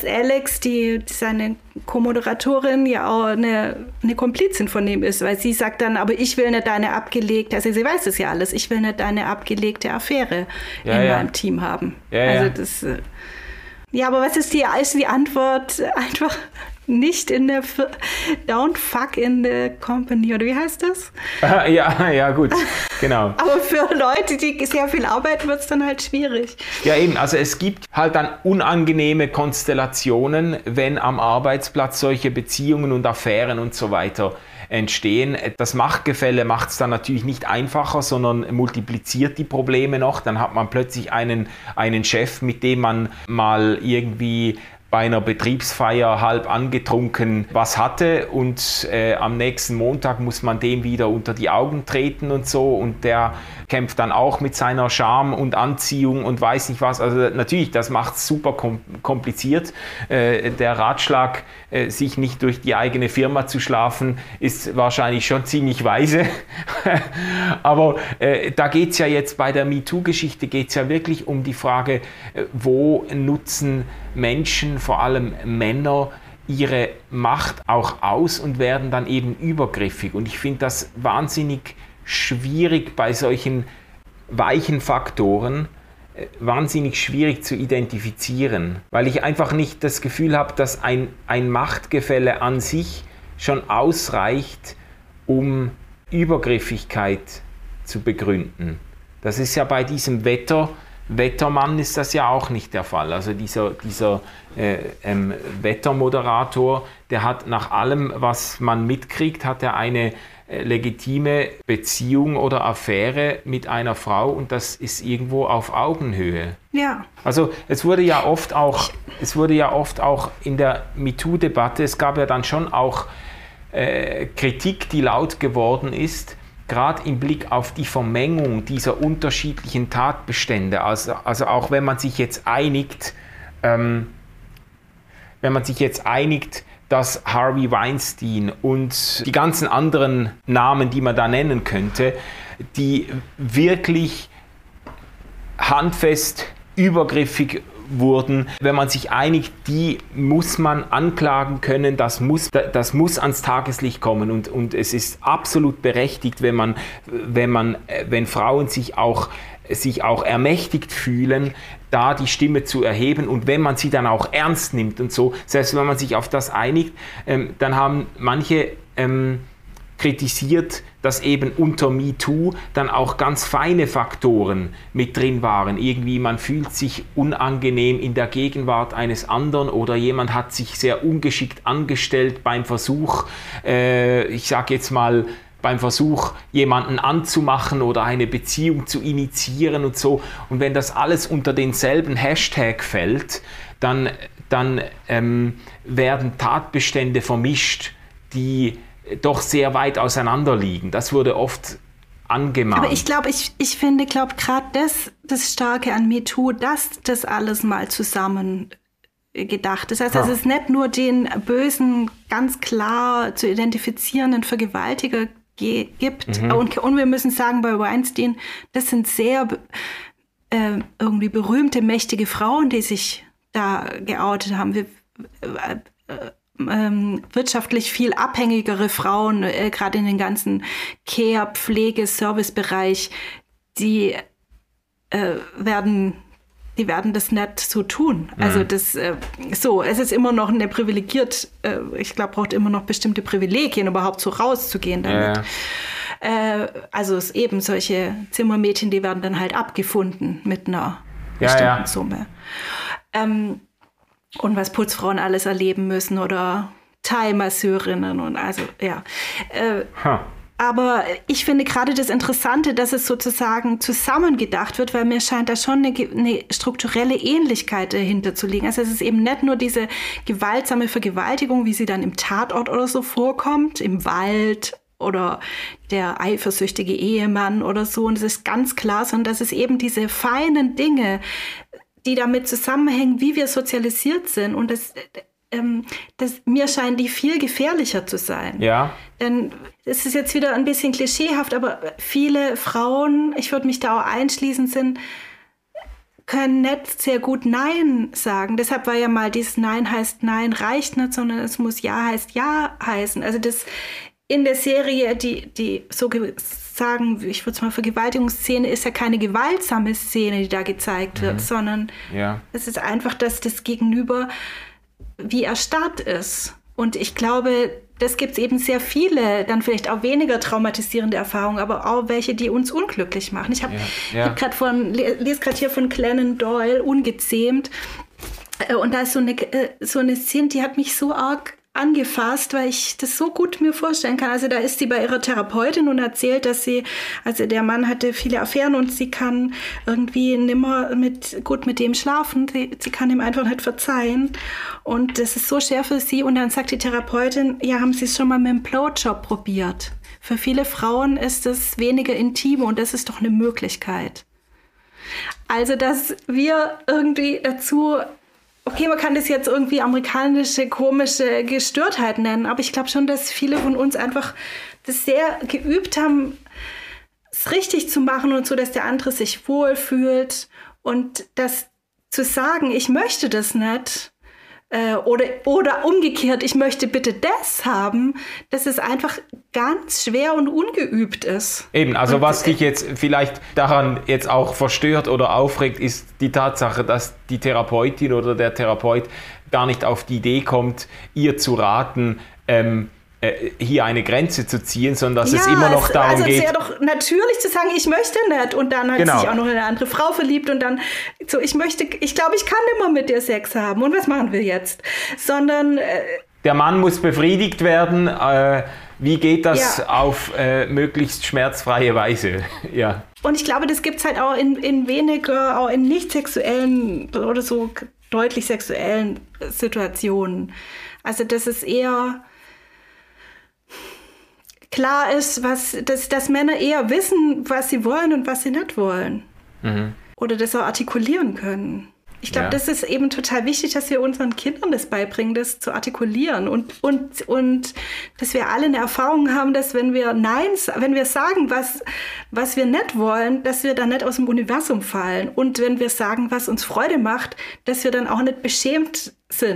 Alex, die seine Co-Moderatorin, ja auch eine Komplizin von ihm ist, weil sie sagt dann, aber ich will nicht deine abgelegte, also sie weiß es ja alles, ich will nicht deine abgelegte Affäre in meinem Team haben. Also das, aber was ist die Antwort? Einfach nicht in der don't fuck in the company, oder wie heißt das? Ja, gut, genau. Aber für Leute, die sehr viel arbeiten, wird es dann halt schwierig. Ja, eben, also es gibt halt dann unangenehme Konstellationen, wenn am Arbeitsplatz solche Beziehungen und Affären und so weiter entstehen. Das Machtgefälle macht es dann natürlich nicht einfacher, sondern multipliziert die Probleme noch. Dann hat man plötzlich einen Chef, mit dem man mal irgendwie bei einer Betriebsfeier halb angetrunken was hatte und am nächsten Montag muss man dem wieder unter die Augen treten und so, und der kämpft dann auch mit seiner Scham und Anziehung und weiß nicht was. Also natürlich, das macht es super kompliziert. Der Ratschlag, sich nicht durch die eigene Firma zu schlafen, ist wahrscheinlich schon ziemlich weise. Aber da geht es ja jetzt bei der MeToo-Geschichte geht's ja wirklich um die Frage, wo nutzen Menschen, vor allem Männer, ihre Macht auch aus und werden dann eben übergriffig. Und ich finde das wahnsinnig schwierig bei solchen weichen Faktoren, wahnsinnig schwierig zu identifizieren, weil ich einfach nicht das Gefühl habe, dass ein Machtgefälle an sich schon ausreicht, um Übergriffigkeit zu begründen. Das ist ja bei diesem Wettermann ist das ja auch nicht der Fall. Also dieser Wettermoderator, der hat nach allem, was man mitkriegt, hat er eine legitime Beziehung oder Affäre mit einer Frau, und das ist irgendwo auf Augenhöhe. Ja. Also es wurde ja oft auch in der MeToo-Debatte, es gab ja dann schon auch Kritik, die laut geworden ist, gerade im Blick auf die Vermengung dieser unterschiedlichen Tatbestände. Also auch wenn man sich jetzt einigt, dass Harvey Weinstein und die ganzen anderen Namen, die man da nennen könnte, die wirklich handfest übergriffig wurden, wenn man sich einigt, die muss man anklagen können, das muss ans Tageslicht kommen, und es ist absolut berechtigt, wenn Frauen sich auch ermächtigt fühlen, da die Stimme zu erheben, und wenn man sie dann auch ernst nimmt und so, selbst wenn man sich auf das einigt, dann haben manche kritisiert, dass eben unter MeToo dann auch ganz feine Faktoren mit drin waren. Irgendwie, man fühlt sich unangenehm in der Gegenwart eines anderen, oder jemand hat sich sehr ungeschickt angestellt beim Versuch, jemanden anzumachen oder eine Beziehung zu initiieren und so. Und wenn das alles unter denselben Hashtag fällt, dann werden Tatbestände vermischt, die doch sehr weit auseinander liegen. Das wurde oft angemahnt. Aber ich finde gerade das Starke an MeToo, dass das alles mal zusammen gedacht ist. Also es ist nicht nur den bösen, ganz klar zu identifizierenden Vergewaltiger gibt. Und wir müssen sagen, bei Weinstein, das sind sehr irgendwie berühmte, mächtige Frauen, die sich da geoutet haben. Wirtschaftlich viel abhängigere Frauen, gerade in den ganzen Care-, Pflege-, Servicebereich, die werden das nicht so tun. Also es ist immer noch eine ich glaube, braucht immer noch bestimmte Privilegien, überhaupt so rauszugehen damit. Also es eben solche Zimmermädchen, die werden dann halt abgefunden mit einer bestimmten Summe. Und was Putzfrauen alles erleben müssen oder Thai-Masseurinnen und also, ja. Aber ich finde gerade das Interessante, dass es sozusagen zusammengedacht wird, weil mir scheint da schon eine strukturelle Ähnlichkeit dahinter zu liegen. Also es ist eben nicht nur diese gewaltsame Vergewaltigung, wie sie dann im Tatort oder so vorkommt, im Wald oder der eifersüchtige Ehemann oder so. Und es ist ganz klar, sondern dass es eben diese feinen Dinge, die damit zusammenhängen, wie wir sozialisiert sind. Und mir scheinen die viel gefährlicher zu sein. Ja. Denn es ist jetzt wieder ein bisschen klischeehaft, aber viele Frauen, ich würde mich da auch einschließen, sind können nicht sehr gut Nein sagen. Deshalb war ja mal dieses Nein heißt Nein reicht nicht, sondern es muss Ja heißt Ja heißen. Also das in der Serie, die so sagen, ich würde es mal Vergewaltigungsszene, ist ja keine gewaltsame Szene, die da gezeigt wird, sondern es ist einfach, dass das Gegenüber wie erstarrt ist. Und ich glaube, das gibt es eben sehr viele, dann vielleicht auch weniger traumatisierende Erfahrungen, aber auch welche, die uns unglücklich machen. Ich lese gerade hier von Glennon Doyle, Ungezähmt. Und da ist so eine Szene, die hat mich so arg angefasst, weil ich das so gut mir vorstellen kann. Also da ist sie bei ihrer Therapeutin und erzählt, dass also der Mann hatte viele Affären und sie kann irgendwie nimmer gut mit dem schlafen. Sie kann ihm einfach nicht verzeihen. Und das ist so schwer für sie. Und dann sagt die Therapeutin, ja, haben Sie es schon mal mit dem Blowjob probiert? Für viele Frauen ist es weniger intim und das ist doch eine Möglichkeit. Also, dass wir irgendwie dazu... Okay, man kann das jetzt irgendwie amerikanische, komische Gestörtheit nennen, aber ich glaube schon, dass viele von uns einfach das sehr geübt haben, es richtig zu machen und so, dass der andere sich wohlfühlt und das zu sagen, ich möchte das nicht oder umgekehrt, ich möchte bitte das haben, dass es einfach ganz schwer und ungeübt ist. Eben, also und was dich jetzt vielleicht daran jetzt auch verstört oder aufregt, ist die Tatsache, dass die Therapeutin oder der Therapeut gar nicht auf die Idee kommt, ihr zu raten, hier eine Grenze zu ziehen, sondern dass es immer noch darum geht... Also es wäre doch natürlich zu sagen, ich möchte nicht und dann hat sich auch noch eine andere Frau verliebt und dann so, ich glaube, ich kann immer mit dir Sex haben und was machen wir jetzt? Sondern... der Mann muss befriedigt werden, wie geht das auf möglichst schmerzfreie Weise? Ja. Und ich glaube, das gibt es halt auch in weniger, auch in nicht sexuellen oder so deutlich sexuellen Situationen. Also das ist eher... klar ist, dass Männer eher wissen, was sie wollen und was sie nicht wollen. Mhm. Oder das auch artikulieren können. Ich glaube, das ist eben total wichtig, dass wir unseren Kindern das beibringen, das zu artikulieren. Und dass wir alle eine Erfahrung haben, dass wenn wir sagen, was wir nicht wollen, dass wir dann nicht aus dem Universum fallen. Und wenn wir sagen, was uns Freude macht, dass wir dann auch nicht beschämt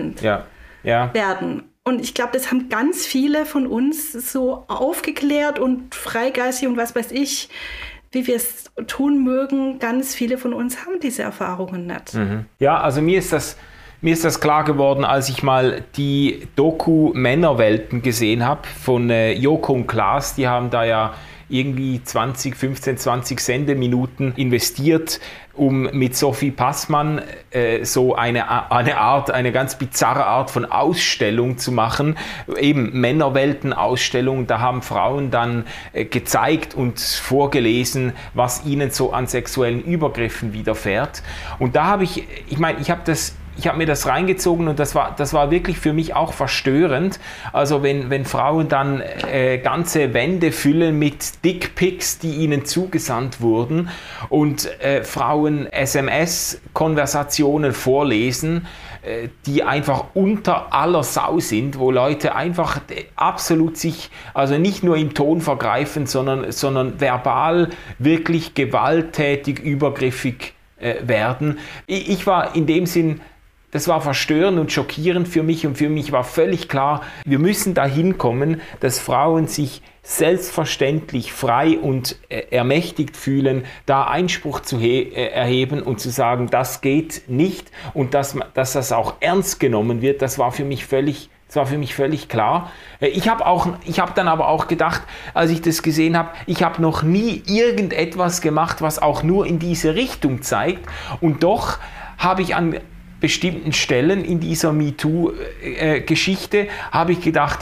werden. Und ich glaube, das haben ganz viele von uns so aufgeklärt und freigeistig und was weiß ich, wie wir es tun mögen. Ganz viele von uns haben diese Erfahrungen nicht. Mhm. Ja, also mir ist das klar geworden, als ich mal die Doku Männerwelten gesehen habe von Joko und Klaas. Die haben da ja irgendwie 15, 20 Sendeminuten investiert, um mit Sophie Passmann so eine ganz bizarre Art von Ausstellung zu machen, eben Männerwelten-Ausstellung. Da haben Frauen dann gezeigt und vorgelesen, was ihnen so an sexuellen Übergriffen widerfährt. Und da habe ich habe mir das reingezogen und das war wirklich für mich auch verstörend. Also wenn Frauen dann ganze Wände füllen mit Dickpics, die ihnen zugesandt wurden und Frauen SMS-Konversationen vorlesen, die einfach unter aller Sau sind, wo Leute einfach absolut sich, also nicht nur im Ton vergreifen, sondern verbal wirklich gewalttätig, übergriffig werden. Ich war in dem Sinn, das war verstörend und schockierend für mich und für mich war völlig klar, wir müssen dahin kommen, dass Frauen sich selbstverständlich frei und ermächtigt fühlen, da Einspruch zu erheben und zu sagen, das geht nicht und dass das auch ernst genommen wird, das war für mich völlig klar. Ich habe dann aber auch gedacht, als ich das gesehen habe, ich habe noch nie irgendetwas gemacht, was auch nur in diese Richtung zeigt und doch habe ich an bestimmten Stellen in dieser MeToo-Geschichte habe ich gedacht,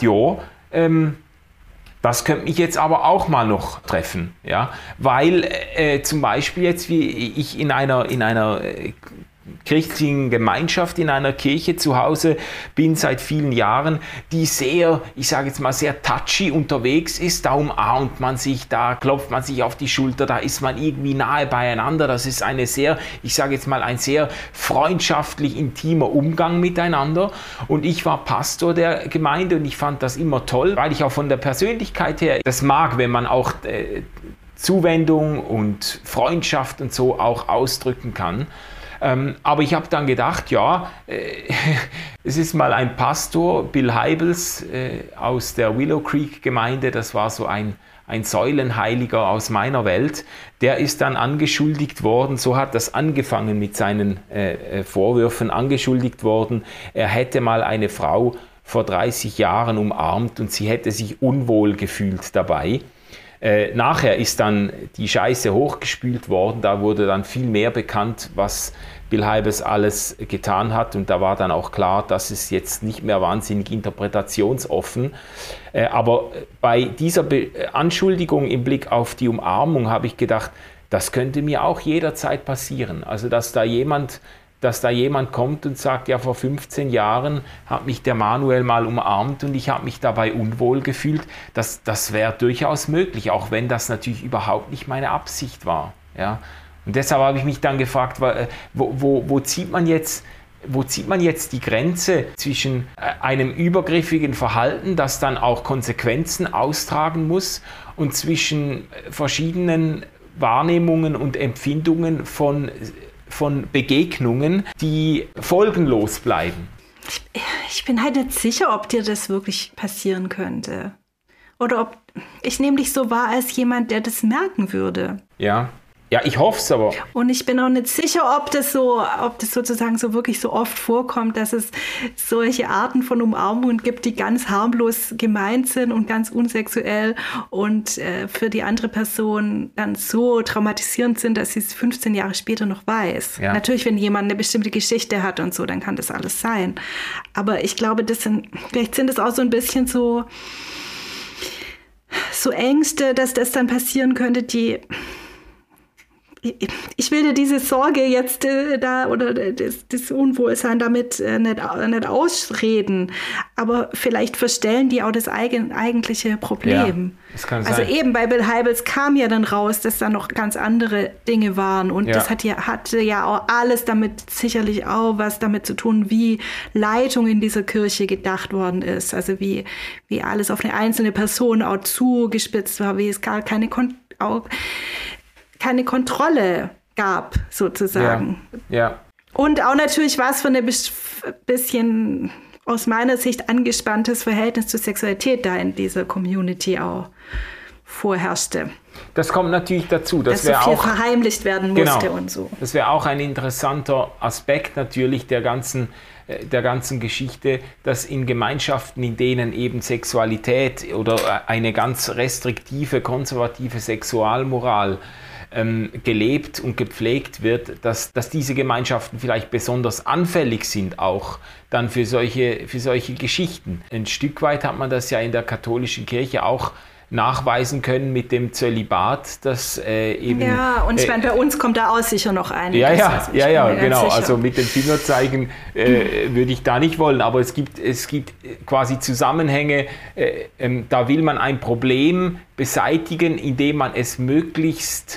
das könnte mich jetzt aber auch mal noch treffen, ja, weil zum Beispiel jetzt wie ich in einer christlichen Gemeinschaft in einer Kirche zu Hause bin seit vielen Jahren, die sehr, ich sage jetzt mal, sehr touchy unterwegs ist. Da umarmt man sich, da klopft man sich auf die Schulter, da ist man irgendwie nahe beieinander. Das ist eine sehr, ich sage jetzt mal, ein sehr freundschaftlich intimer Umgang miteinander. Und ich war Pastor der Gemeinde und ich fand das immer toll, weil ich auch von der Persönlichkeit her das mag, wenn man auch Zuwendung und Freundschaft und so auch ausdrücken kann. Aber ich habe dann gedacht, es ist mal ein Pastor, Bill Hybels, aus der Willow Creek Gemeinde, das war so ein Säulenheiliger aus meiner Welt, der ist dann angeschuldigt worden, so hat das angefangen mit seinen Vorwürfen, angeschuldigt worden, er hätte mal eine Frau vor 30 Jahren umarmt und sie hätte sich unwohl gefühlt dabei. Nachher ist dann die Scheiße hochgespült worden, da wurde dann viel mehr bekannt, was Bill Hybels alles getan hat und da war dann auch klar, dass es jetzt nicht mehr wahnsinnig interpretationsoffen. Aber bei dieser Anschuldigung im Blick auf die Umarmung habe ich gedacht, das könnte mir auch jederzeit passieren. Also dass da jemand kommt und sagt, ja, vor 15 Jahren hat mich der Manuel mal umarmt und ich habe mich dabei unwohl gefühlt. Das wäre durchaus möglich, auch wenn das natürlich überhaupt nicht meine Absicht war. Ja? Und deshalb habe ich mich dann gefragt, wo zieht man jetzt die Grenze zwischen einem übergriffigen Verhalten, das dann auch Konsequenzen austragen muss, und zwischen verschiedenen Wahrnehmungen und Empfindungen von Begegnungen, die folgenlos bleiben. Ich bin halt nicht sicher, ob dir das wirklich passieren könnte. Oder ob ich nehme dich so wahr als jemand, der das merken würde. Ja, ich hoffe es aber. Und ich bin auch nicht sicher, ob das sozusagen so wirklich so oft vorkommt, dass es solche Arten von Umarmungen gibt, die ganz harmlos gemeint sind und ganz unsexuell und für die andere Person dann so traumatisierend sind, dass sie es 15 Jahre später noch weiß. Ja. Natürlich, wenn jemand eine bestimmte Geschichte hat und so, dann kann das alles sein. Aber ich glaube, vielleicht sind es auch so ein bisschen so Ängste, dass das dann passieren könnte, ich will dir diese Sorge jetzt oder das Unwohlsein damit nicht ausreden, aber vielleicht verstellen die auch das eigentliche Problem. Ja, das kann sein. Also eben bei Bill Hybels kam ja dann raus, dass da noch ganz andere Dinge waren und das hatte ja auch alles sicherlich auch was damit zu tun, wie Leitung in dieser Kirche gedacht worden ist, also wie alles auf eine einzelne Person auch zugespitzt war, wie es gar keine Kontrolle gab, sozusagen. Ja. Und auch natürlich was von ein bisschen aus meiner Sicht angespanntes Verhältnis zur Sexualität da in dieser Community auch vorherrschte. Das kommt natürlich dazu. Dass so viel verheimlicht werden musste und so. Das wäre auch ein interessanter Aspekt natürlich der ganzen Geschichte, dass in Gemeinschaften, in denen eben Sexualität oder eine ganz restriktive, konservative Sexualmoral gelebt und gepflegt wird, dass diese Gemeinschaften vielleicht besonders anfällig sind, auch dann für solche Geschichten. Ein Stück weit hat man das ja in der katholischen Kirche auch nachweisen können mit dem Zölibat, dass eben... Ja, und ich meine, bei uns kommt da auch sicher noch einiges. Ja, genau. Sicher. Also mit den Fingerzeigen würde ich da nicht wollen, aber es gibt quasi Zusammenhänge, da will man ein Problem beseitigen, indem man es möglichst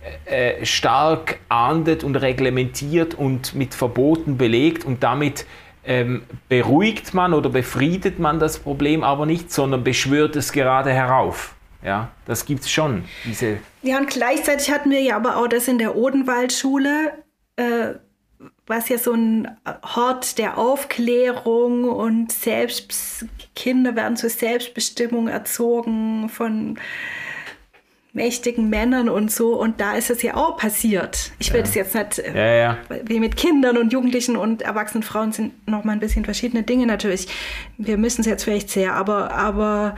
stark ahndet und reglementiert und mit Verboten belegt und damit beruhigt man oder befriedet man das Problem aber nicht, sondern beschwört es gerade herauf. Ja, das gibt's schon. Ja, und gleichzeitig hatten wir ja aber auch das in der Odenwaldschule, was ja so ein Hort der Aufklärung und Kinder werden zur Selbstbestimmung erzogen von mächtigen Männern und so. Und da ist es ja auch passiert. Ich will das jetzt nicht, wie mit Kindern und Jugendlichen und erwachsenen Frauen sind noch mal ein bisschen verschiedene Dinge natürlich. Wir müssen es jetzt vielleicht sehr, aber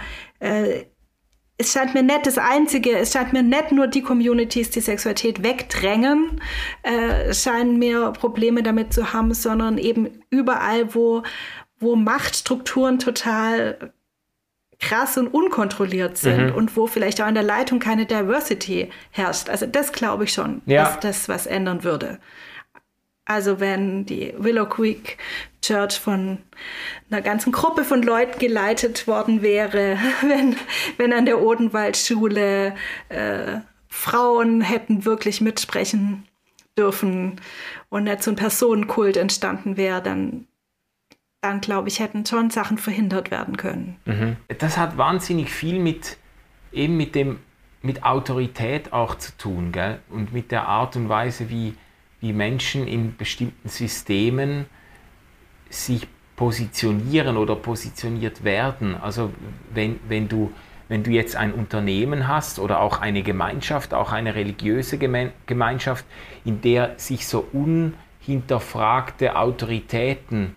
es scheint mir nicht es scheint mir nicht nur die Communities, die Sexualität wegdrängen, scheinen mir Probleme damit zu haben, sondern eben überall, wo Machtstrukturen total krass und unkontrolliert sind und wo vielleicht auch in der Leitung keine Diversity herrscht. Also das glaube ich schon, dass das was ändern würde. Also wenn die Willow Creek Church von einer ganzen Gruppe von Leuten geleitet worden wäre, wenn an der Odenwaldschule Frauen hätten wirklich mitsprechen dürfen und nicht so ein Personenkult entstanden wäre, dann glaube ich, hätten schon Sachen verhindert werden können. Das hat wahnsinnig viel mit Autorität auch zu tun, gell? Und mit der Art und Weise, wie wie Menschen in bestimmten Systemen sich positionieren oder positioniert werden. Also wenn du jetzt ein Unternehmen hast oder auch eine Gemeinschaft, auch eine religiöse Gemeinschaft, in der sich so unhinterfragte Autoritäten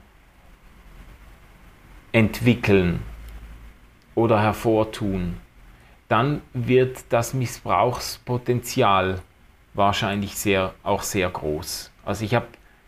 entwickeln oder hervortun, dann wird das Missbrauchspotenzial wahrscheinlich auch sehr groß. Also ich habe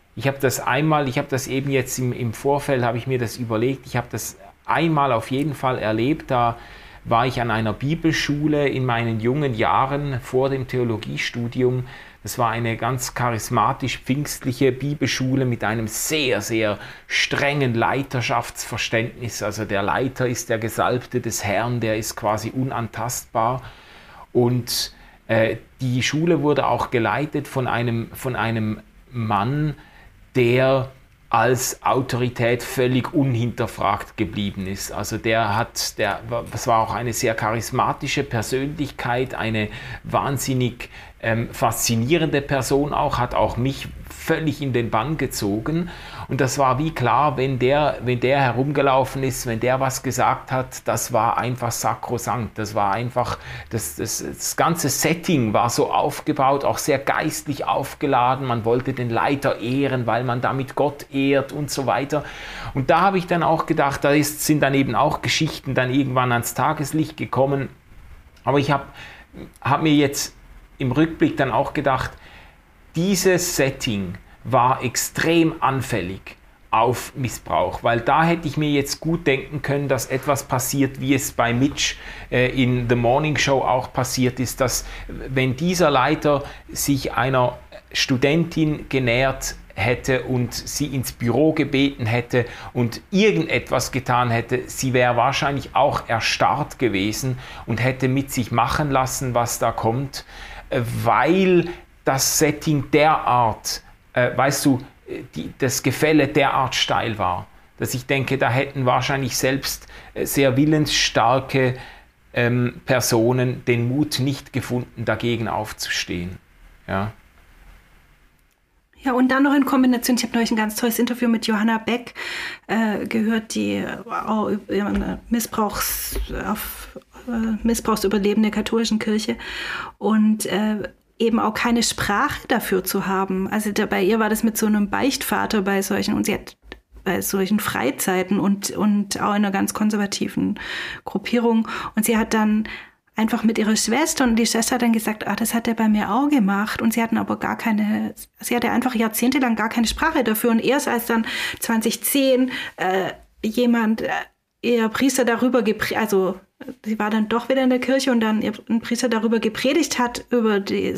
das eben jetzt im Vorfeld, habe ich mir das überlegt, ich habe das einmal auf jeden Fall erlebt, da war ich an einer Bibelschule in meinen jungen Jahren vor dem Theologiestudium. Das war eine ganz charismatisch-pfingstliche Bibelschule mit einem sehr, sehr strengen Leiterschaftsverständnis. Also der Leiter ist der Gesalbte des Herrn, der ist quasi unantastbar. Und die Schule wurde auch geleitet von einem Mann, der als Autorität völlig unhinterfragt geblieben ist. Also das war auch eine sehr charismatische Persönlichkeit, eine wahnsinnig faszinierende Person auch, hat auch mich völlig in den Bann gezogen. Und das war wie klar, wenn der herumgelaufen ist, wenn der was gesagt hat, das war einfach sakrosankt. Das war einfach, das ganze Setting war so aufgebaut, auch sehr geistlich aufgeladen. Man wollte den Leiter ehren, weil man damit Gott ehrt und so weiter. Und da habe ich dann auch gedacht, sind dann eben auch Geschichten dann irgendwann ans Tageslicht gekommen. Aber ich habe mir jetzt im Rückblick dann auch gedacht, dieses Setting war extrem anfällig auf Missbrauch, weil da hätte ich mir jetzt gut denken können, dass etwas passiert, wie es bei Mitch in The Morning Show auch passiert ist, dass wenn dieser Leiter sich einer Studentin genähert hätte und sie ins Büro gebeten hätte und irgendetwas getan hätte, sie wäre wahrscheinlich auch erstarrt gewesen und hätte mit sich machen lassen, was da kommt, weil das Setting derart, das Gefälle derart steil war, dass ich denke, da hätten wahrscheinlich selbst sehr willensstarke Personen den Mut nicht gefunden, dagegen aufzustehen. Ja. Ja, und dann noch in Kombination, ich habe neulich ein ganz tolles Interview mit Johanna Beck gehört, die auch über Missbrauchsüberlebende der katholischen Kirche und eben auch keine Sprache dafür zu haben. Also bei ihr war das mit so einem Beichtvater bei solchen Freizeiten und auch in einer ganz konservativen Gruppierung. Und sie hat dann einfach mit ihrer Schwester und die Schwester hat dann gesagt, das hat er bei mir auch gemacht. Und sie hatten aber sie hatte einfach jahrzehntelang gar keine Sprache dafür. Und erst als dann 2010 ihr Priester darüber sie war dann doch wieder in der Kirche und dann ein Priester darüber gepredigt hat, über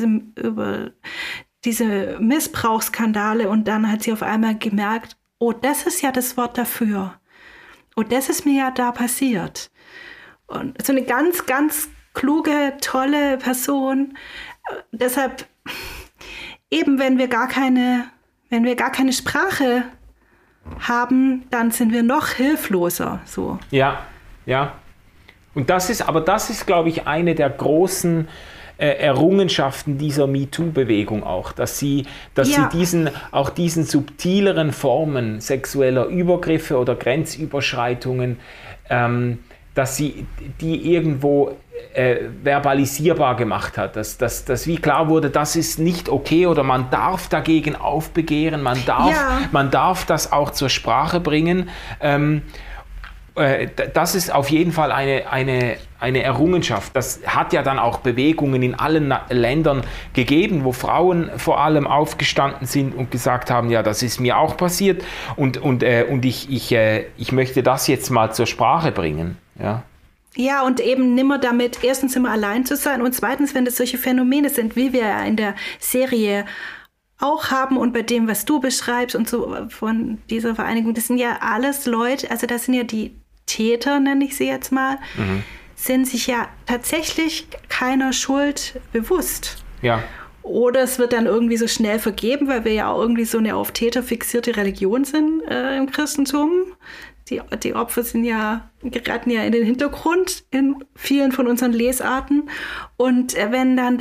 diese Missbrauchsskandale und dann hat sie auf einmal gemerkt, das ist ja das Wort dafür. Das ist mir ja da passiert. Und so eine ganz, ganz kluge, tolle Person. Deshalb eben, wenn wir gar keine Sprache haben, dann sind wir noch hilfloser. So. Ja. Und das ist, glaube ich, eine der großen Errungenschaften dieser MeToo-Bewegung auch, dass sie diesen subtileren Formen sexueller Übergriffe oder Grenzüberschreitungen, dass sie die irgendwo verbalisierbar gemacht hat, dass wie klar wurde, das ist nicht okay oder man darf dagegen aufbegehren, man darf das auch zur Sprache bringen. Das ist auf jeden Fall eine Errungenschaft. Das hat ja dann auch Bewegungen in allen Ländern gegeben, wo Frauen vor allem aufgestanden sind und gesagt haben, ja, das ist mir auch passiert und ich möchte das jetzt mal zur Sprache bringen. Ja, und eben nimmer damit, erstens immer allein zu sein und zweitens, wenn das solche Phänomene sind, wie wir ja in der Serie auch haben und bei dem, was du beschreibst und so von dieser Vereinigung, das sind ja alles Leute, also das sind ja die Täter, nenne ich sie jetzt mal, sind sich ja tatsächlich keiner Schuld bewusst. Ja. Oder es wird dann irgendwie so schnell vergeben, weil wir ja auch irgendwie so eine auf Täter fixierte Religion sind im Christentum. Die Opfer geraten ja in den Hintergrund in vielen von unseren Lesarten. Und wenn dann der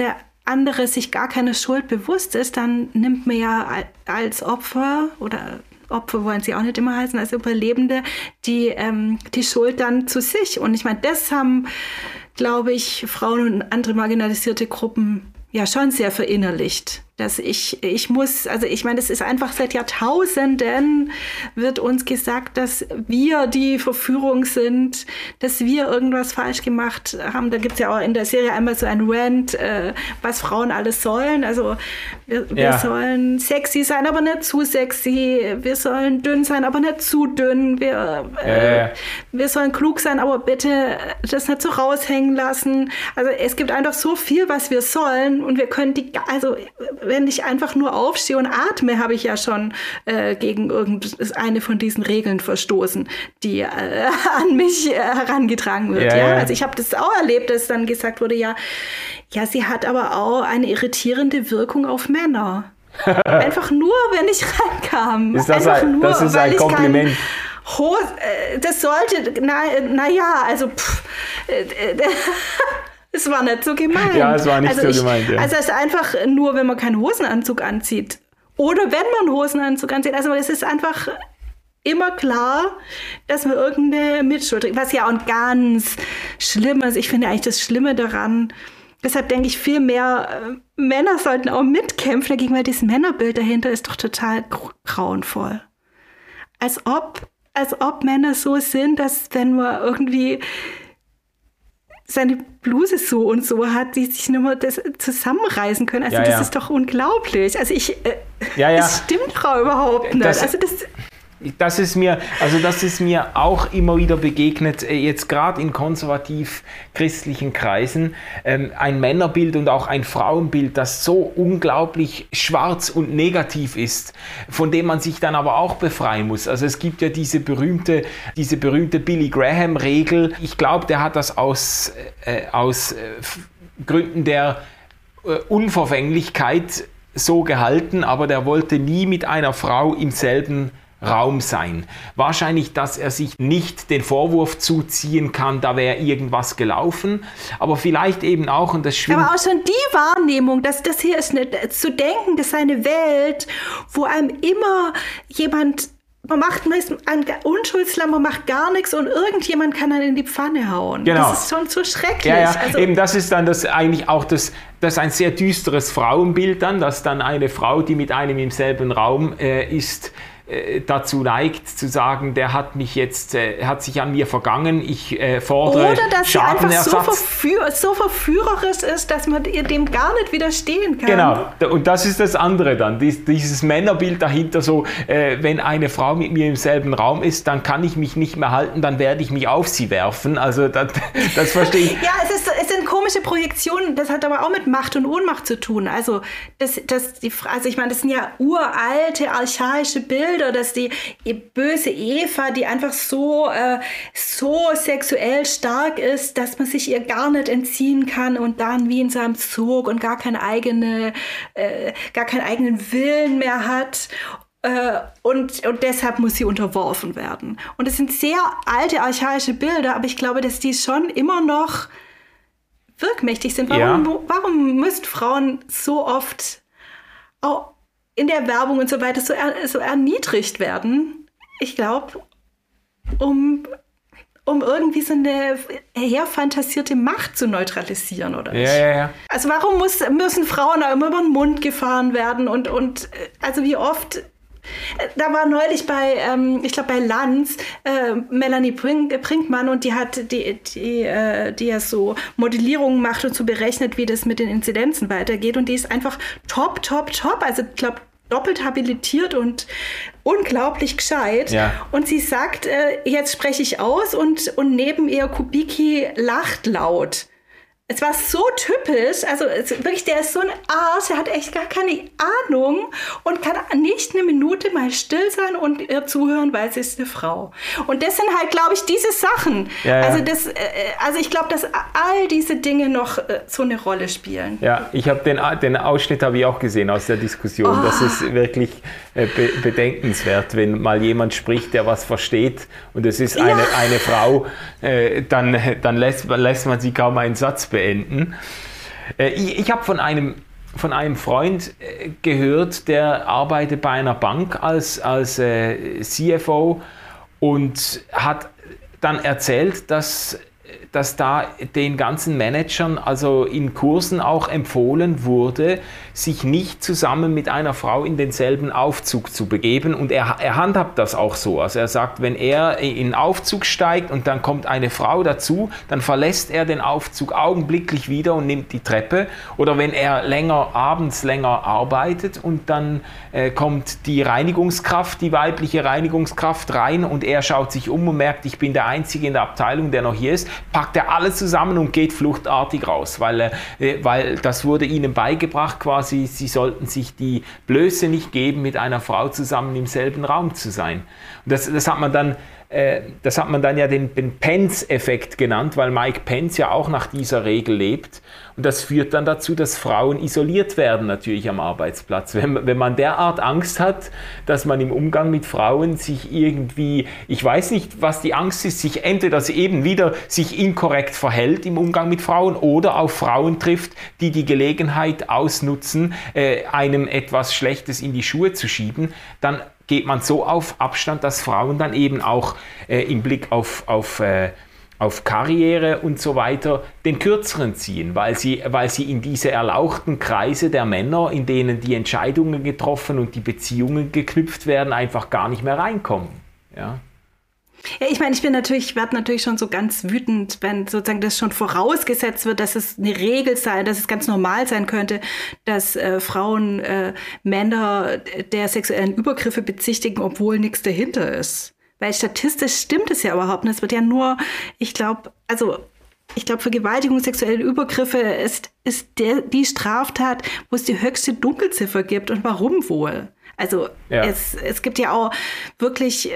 andere sich gar keine Schuld bewusst ist, dann nimmt man ja als Opfer oder Opfer wollen sie auch nicht immer heißen, als Überlebende, die Schuld dann zu sich. Und ich meine, das haben, glaube ich, Frauen und andere marginalisierte Gruppen ja schon sehr verinnerlicht. Dass ich meine, es ist einfach seit Jahrtausenden wird uns gesagt, dass wir die Verführung sind, dass wir irgendwas falsch gemacht haben. Da gibt es ja auch in der Serie einmal so ein Rant, was Frauen alles sollen. Also wir sollen sexy sein, aber nicht zu sexy. Wir sollen dünn sein, aber nicht zu dünn. Wir sollen klug sein, aber bitte das nicht so raushängen lassen. Also es gibt einfach so viel, was wir sollen und wir können wenn ich einfach nur aufstehe und atme, habe ich ja schon gegen irgendeine von diesen Regeln verstoßen, die an mich herangetragen wird. Ja. Also ich habe das auch erlebt, dass dann gesagt wurde, ja, sie hat aber auch eine irritierende Wirkung auf Männer. Einfach nur, wenn ich reinkam. Das ist ein Kompliment. Das sollte, also es war nicht so gemeint. Ja, es war nicht so gemeint. Ja. Also es ist einfach nur, wenn man keinen Hosenanzug anzieht. Oder wenn man einen Hosenanzug anzieht. Also es ist einfach immer klar, dass man irgendeine Mitschuld trägt. Was ja auch ganz schlimm ist. Ich finde eigentlich das Schlimme daran, deshalb denke ich viel mehr, Männer sollten auch mitkämpfen dagegen, weil dieses Männerbild dahinter ist doch total grauenvoll. Als ob Männer so sind, dass wenn man irgendwie seine Bluse so und so hat, die sich nur mal das zusammenreißen können. Also das ist doch unglaublich. Also das stimmt doch überhaupt nicht. Das ist mir auch immer wieder begegnet, jetzt gerade in konservativ-christlichen Kreisen, ein Männerbild und auch ein Frauenbild, das so unglaublich schwarz und negativ ist, von dem man sich dann aber auch befreien muss. Also es gibt ja diese berühmte Billy Graham-Regel. Ich glaube, der hat das aus Gründen der Unverfänglichkeit so gehalten, aber der wollte nie mit einer Frau im selben Raum sein. Wahrscheinlich, dass er sich nicht den Vorwurf zuziehen kann, da wäre irgendwas gelaufen, aber vielleicht eben auch, und das schwingt... Aber auch schon die Wahrnehmung, dass das hier ist nicht zu denken, dass eine Welt, wo einem immer jemand, man macht einen Unschuldslamm, man macht gar nichts und irgendjemand kann dann in die Pfanne hauen. Genau. Das ist schon so schrecklich. Ja, also, eben das ist dann das ist ein sehr düsteres Frauenbild dann, dass dann eine Frau, die mit einem im selben Raum ist, dazu neigt, zu sagen, der hat sich an mir vergangen, ich fordere oder dass Schadenersatz. Sie einfach so verführerisch ist, dass man ihr dem gar nicht widerstehen kann. Genau, und das ist das andere dann, dieses Männerbild dahinter, so, wenn eine Frau mit mir im selben Raum ist, dann kann ich mich nicht mehr halten, dann werde ich mich auf sie werfen, also das verstehe ich. Ja, es sind komische Projektionen, das hat aber auch mit Macht und Ohnmacht zu tun, also ich meine, das sind ja uralte, archaische Bilder, dass die böse Eva, die einfach so sexuell stark ist, dass man sich ihr gar nicht entziehen kann und dann wie in seinem Zug und gar keinen eigenen Willen mehr hat. Und deshalb muss sie unterworfen werden. Und es sind sehr alte, archaische Bilder, aber ich glaube, dass die schon immer noch wirkmächtig sind. Warum müssen Frauen so oft auch in der Werbung und so weiter so erniedrigt werden? Ich glaube, um irgendwie so eine herfantasierte Macht zu neutralisieren, oder nicht? Ja. Also warum müssen Frauen auch immer über den Mund gefahren werden und also wie oft... Da war neulich bei Lanz, Melanie Brinkmann, und die hat die ja so Modellierungen macht und so berechnet, wie das mit den Inzidenzen weitergeht, und die ist einfach top, also ich glaube doppelt habilitiert und unglaublich gescheit. Ja. Und sie sagt, jetzt spreche ich aus, und neben ihr Kubicki lacht laut. Es war so typisch, also wirklich, der ist so ein Arsch, der hat echt gar keine Ahnung und kann nicht eine Minute mal still sein und ihr zuhören, weil sie ist eine Frau. Und das sind halt, glaube ich, diese Sachen. Ja. Also ich glaube, dass all diese Dinge noch so eine Rolle spielen. Ja, ich habe den Ausschnitt habe ich auch gesehen aus der Diskussion. Das ist wirklich bedenkenswert, wenn mal jemand spricht, der was versteht, und es ist eine Frau, dann lässt man sie kaum einen Satz beenden. Ich habe von einem Freund gehört, der arbeitet bei einer Bank als CFO und hat dann erzählt, dass da den ganzen Managern, also in Kursen auch empfohlen wurde, sich nicht zusammen mit einer Frau in denselben Aufzug zu begeben. Und er handhabt das auch so. Also er sagt, wenn er in den Aufzug steigt und dann kommt eine Frau dazu, dann verlässt er den Aufzug augenblicklich wieder und nimmt die Treppe. Oder wenn er abends länger arbeitet und dann kommt die Reinigungskraft, die weibliche Reinigungskraft rein und er schaut sich um und merkt, ich bin der Einzige in der Abteilung, der noch hier ist, packt er alles zusammen und geht fluchtartig raus, weil das wurde ihnen beigebracht quasi, sie sollten sich die Blöße nicht geben, mit einer Frau zusammen im selben Raum zu sein. Und das hat man dann ja den Pence-Effekt genannt, weil Mike Pence ja auch nach dieser Regel lebt. Und das führt dann dazu, dass Frauen isoliert werden natürlich am Arbeitsplatz. Wenn man derart Angst hat, dass man im Umgang mit Frauen sich irgendwie, ich weiß nicht, was die Angst ist, sich entweder eben wieder sich inkorrekt verhält im Umgang mit Frauen oder auf Frauen trifft, die die Gelegenheit ausnutzen, einem etwas Schlechtes in die Schuhe zu schieben, dann geht man so auf Abstand, dass Frauen dann eben auch im Blick auf Karriere und so weiter den Kürzeren ziehen, weil sie in diese erlauchten Kreise der Männer, in denen die Entscheidungen getroffen und die Beziehungen geknüpft werden, einfach gar nicht mehr reinkommen. Ja. Ja, ich meine, ich werde natürlich schon so ganz wütend, wenn sozusagen das schon vorausgesetzt wird, dass es eine Regel sei, dass es ganz normal sein könnte, dass Frauen Männer der sexuellen Übergriffe bezichtigen, obwohl nichts dahinter ist. Weil statistisch stimmt es ja überhaupt nicht. Es wird ja nur, ich glaube, Vergewaltigung, sexuelle Übergriffe ist die Straftat, wo es die höchste Dunkelziffer gibt. Und warum wohl? Also ja. Es gibt ja auch wirklich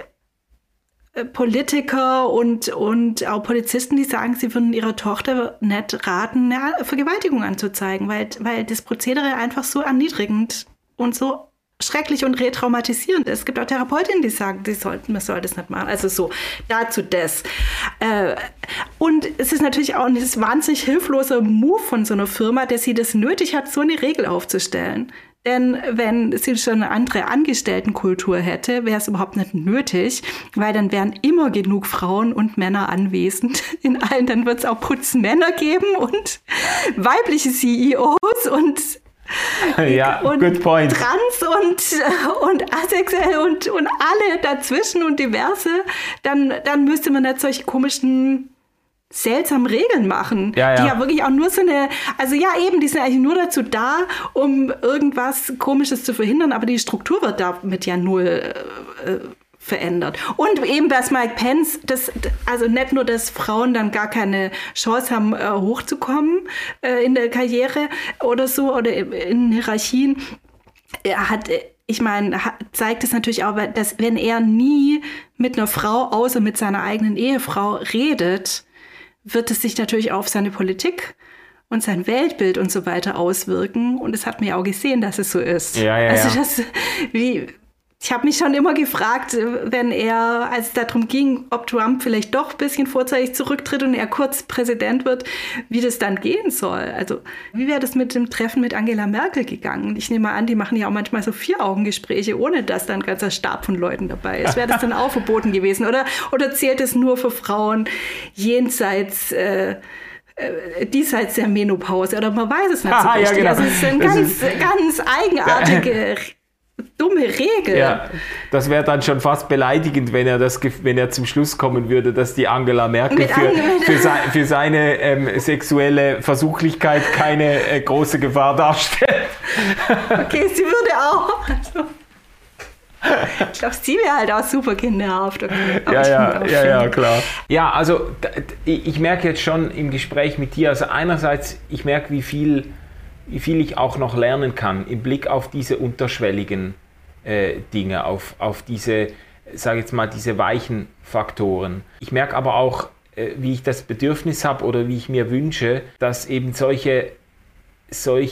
Politiker und auch Polizisten, die sagen, sie würden ihrer Tochter nicht raten, eine Vergewaltigung anzuzeigen, weil das Prozedere einfach so erniedrigend und so schrecklich und retraumatisierend ist. Es gibt auch Therapeutinnen, die sagen, man soll das nicht machen. Also so, dazu das. Und es ist natürlich auch ein wahnsinnig hilfloser Move von so einer Firma, dass sie das nötig hat, so eine Regel aufzustellen. Denn wenn sie schon eine andere Angestelltenkultur hätte, wäre es überhaupt nicht nötig, weil dann wären immer genug Frauen und Männer anwesend. Dann wird es auch Putzmänner geben und weibliche CEOs und ja, good point. Trans und asexuell und alle dazwischen und diverse, dann müsste man nicht solche komischen seltsame Regeln machen, die ja wirklich auch nur die sind eigentlich nur dazu da, um irgendwas Komisches zu verhindern, aber die Struktur wird damit ja null verändert. Und eben bei Mike Pence, also nicht nur, dass Frauen dann gar keine Chance haben, hochzukommen in der Karriere oder so, oder in Hierarchien, zeigt es natürlich auch, dass wenn er nie mit einer Frau, außer mit seiner eigenen Ehefrau, redet, wird es sich natürlich auf seine Politik und sein Weltbild und so weiter auswirken. Und das hat man ja auch gesehen, dass es so ist. Ich habe mich schon immer gefragt, als es darum ging, ob Trump vielleicht doch ein bisschen vorzeitig zurücktritt und er kurz Präsident wird, wie das dann gehen soll. Also wie wäre das mit dem Treffen mit Angela Merkel gegangen? Ich nehme mal an, die machen ja auch manchmal so 4-Augen-Gespräche, ohne dass da ein ganzer Stab von Leuten dabei ist. Wäre das dann auch verboten gewesen? Oder zählt es nur für Frauen jenseits diesseits der Menopause? Oder man weiß es nicht so richtig. Ja, genau. Also es ist eine ganz eigenartige dumme Regel. Ja, das wäre dann schon fast beleidigend, wenn er zum Schluss kommen würde, dass die Angela Merkel für seine sexuelle Versuchlichkeit keine große Gefahr darstellt. Okay, sie würde auch. Ich glaube, sie wäre halt auch super kinderhaft. Okay. Ja, klar. Ja, also ich merke jetzt schon im Gespräch mit dir, also einerseits, ich merke, wie viel ich auch noch lernen kann im Blick auf diese unterschwelligen Dinge, auf diese, sage jetzt mal, diese weichen Faktoren. Ich merke aber auch, wie ich das Bedürfnis habe oder wie ich mir wünsche, dass eben solche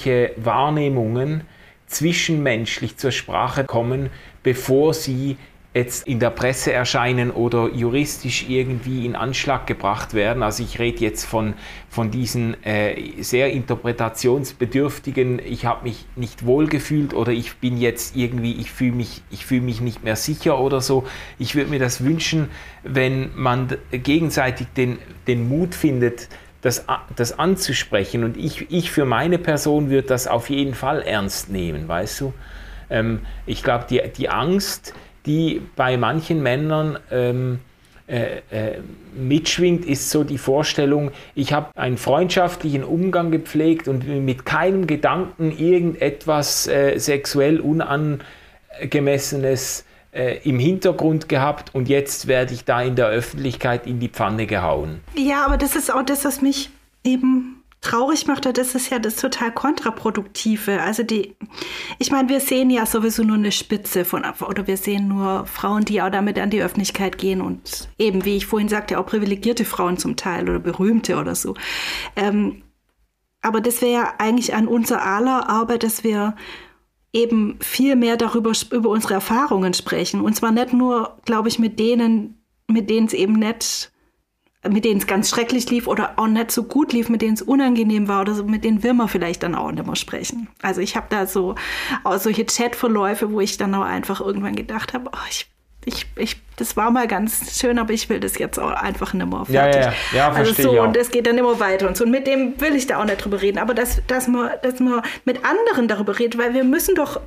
Wahrnehmungen zwischenmenschlich zur Sprache kommen, bevor sie jetzt in der Presse erscheinen oder juristisch irgendwie in Anschlag gebracht werden. Also ich rede jetzt von diesen sehr interpretationsbedürftigen, ich habe mich nicht wohlgefühlt oder ich bin jetzt irgendwie, ich fühle mich nicht mehr sicher oder so. Ich würde mir das wünschen, wenn man gegenseitig den Mut findet, das anzusprechen. Und ich für meine Person würde das auf jeden Fall ernst nehmen, weißt du? Ich glaube, die Angst, die bei manchen Männern mitschwingt, ist so die Vorstellung, ich habe einen freundschaftlichen Umgang gepflegt und mit keinem Gedanken irgendetwas sexuell Unangemessenes im Hintergrund gehabt und jetzt werde ich da in der Öffentlichkeit in die Pfanne gehauen. Ja, aber das ist auch das, was mich eben traurig macht, das ist ja das total Kontraproduktive. Also ich meine, wir sehen ja sowieso nur eine Spitze oder wir sehen nur Frauen, die auch damit an die Öffentlichkeit gehen und eben, wie ich vorhin sagte, auch privilegierte Frauen zum Teil oder berühmte oder so. Aber das wäre ja eigentlich an unser aller Arbeit, dass wir eben viel mehr über unsere Erfahrungen sprechen. Und zwar nicht nur, glaube ich, mit denen es eben nicht, mit denen es ganz schrecklich lief oder auch nicht so gut lief, mit denen es unangenehm war oder so, mit denen will man vielleicht dann auch nicht mehr sprechen. Also ich habe da so auch solche Chatverläufe, wo ich dann auch einfach irgendwann gedacht habe, das war mal ganz schön, aber ich will das jetzt auch einfach nicht mehr fertig. Ja, also verstehe so, ich auch. und es geht dann immer weiter und so. Und mit dem will ich da auch nicht drüber reden. Aber dass man mit anderen darüber redet, weil wir müssen doch,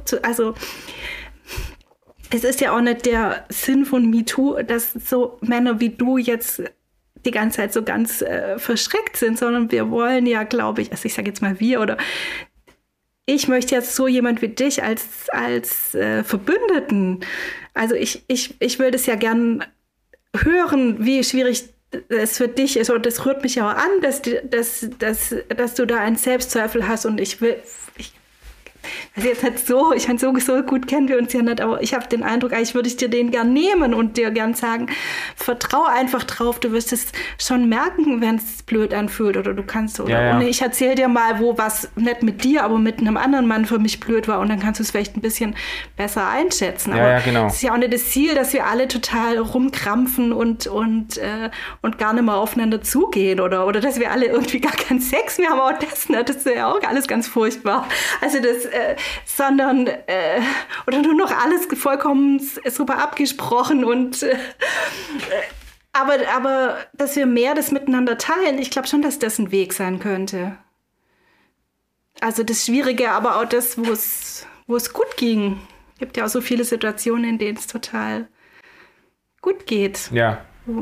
es ist ja auch nicht der Sinn von MeToo, dass so Männer wie du jetzt die ganze Zeit so ganz verschreckt sind, sondern wir wollen ja, glaube ich, also ich sage jetzt mal wir oder ich möchte jetzt so jemand wie dich als Verbündeten. Also ich will das ja gern hören, wie schwierig es für dich ist. Und das rührt mich ja auch an, dass du da einen Selbstzweifel hast. Und ich jetzt nicht so, ich meine, so gut kennen wir uns ja nicht, aber ich habe den Eindruck, eigentlich würde ich dir den gern nehmen und dir gern sagen, vertraue einfach drauf, du wirst es schon merken, wenn es blöd anfühlt oder du kannst, oder Und ich erzähle dir mal, wo was nicht mit dir, aber mit einem anderen Mann für mich blöd war und dann kannst du es vielleicht ein bisschen besser einschätzen. Aber genau. Es ist ja auch nicht das Ziel, dass wir alle total rumkrampfen und gar nicht mehr aufeinander zugehen oder dass wir alle irgendwie gar keinen Sex mehr haben, auch das nicht, das ist ja auch alles ganz furchtbar. Also sondern oder nur noch alles vollkommen super abgesprochen und aber dass wir mehr das miteinander teilen, ich glaube schon, dass das ein Weg sein könnte. Also das Schwierige, aber auch das, wo es gut ging. Es gibt ja auch so viele Situationen, in denen es total gut geht. Ja.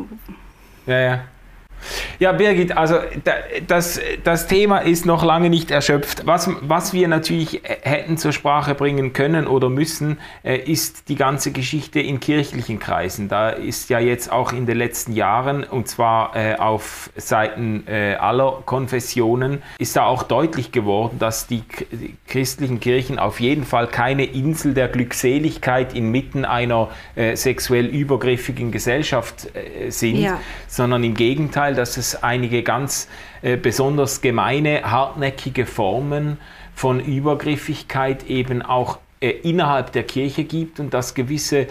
Ja, Birgit, also das Thema ist noch lange nicht erschöpft. Was wir natürlich hätten zur Sprache bringen können oder müssen, ist die ganze Geschichte in kirchlichen Kreisen. Da ist ja jetzt auch in den letzten Jahren, und zwar auf Seiten aller Konfessionen, ist da auch deutlich geworden, dass die christlichen Kirchen auf jeden Fall keine Insel der Glückseligkeit inmitten einer sexuell übergriffigen Gesellschaft sind, sondern im Gegenteil, dass es einige ganz besonders gemeine, hartnäckige Formen von Übergriffigkeit eben auch innerhalb der Kirche gibt und dass gewisse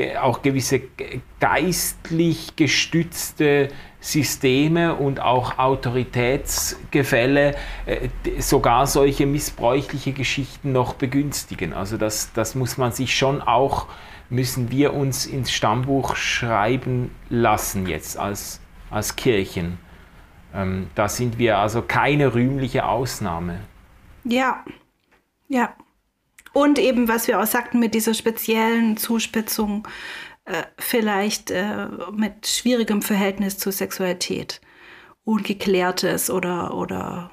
geistlich gestützte Systeme und auch Autoritätsgefälle sogar solche missbräuchliche Geschichten noch begünstigen. Also das muss man sich schon auch, müssen wir uns ins Stammbuch schreiben lassen jetzt als Kirchen. Da sind wir also keine rühmliche Ausnahme. Ja. Und eben, was wir auch sagten, mit dieser speziellen Zuspitzung, vielleicht mit schwierigem Verhältnis zur Sexualität. Ungeklärtes oder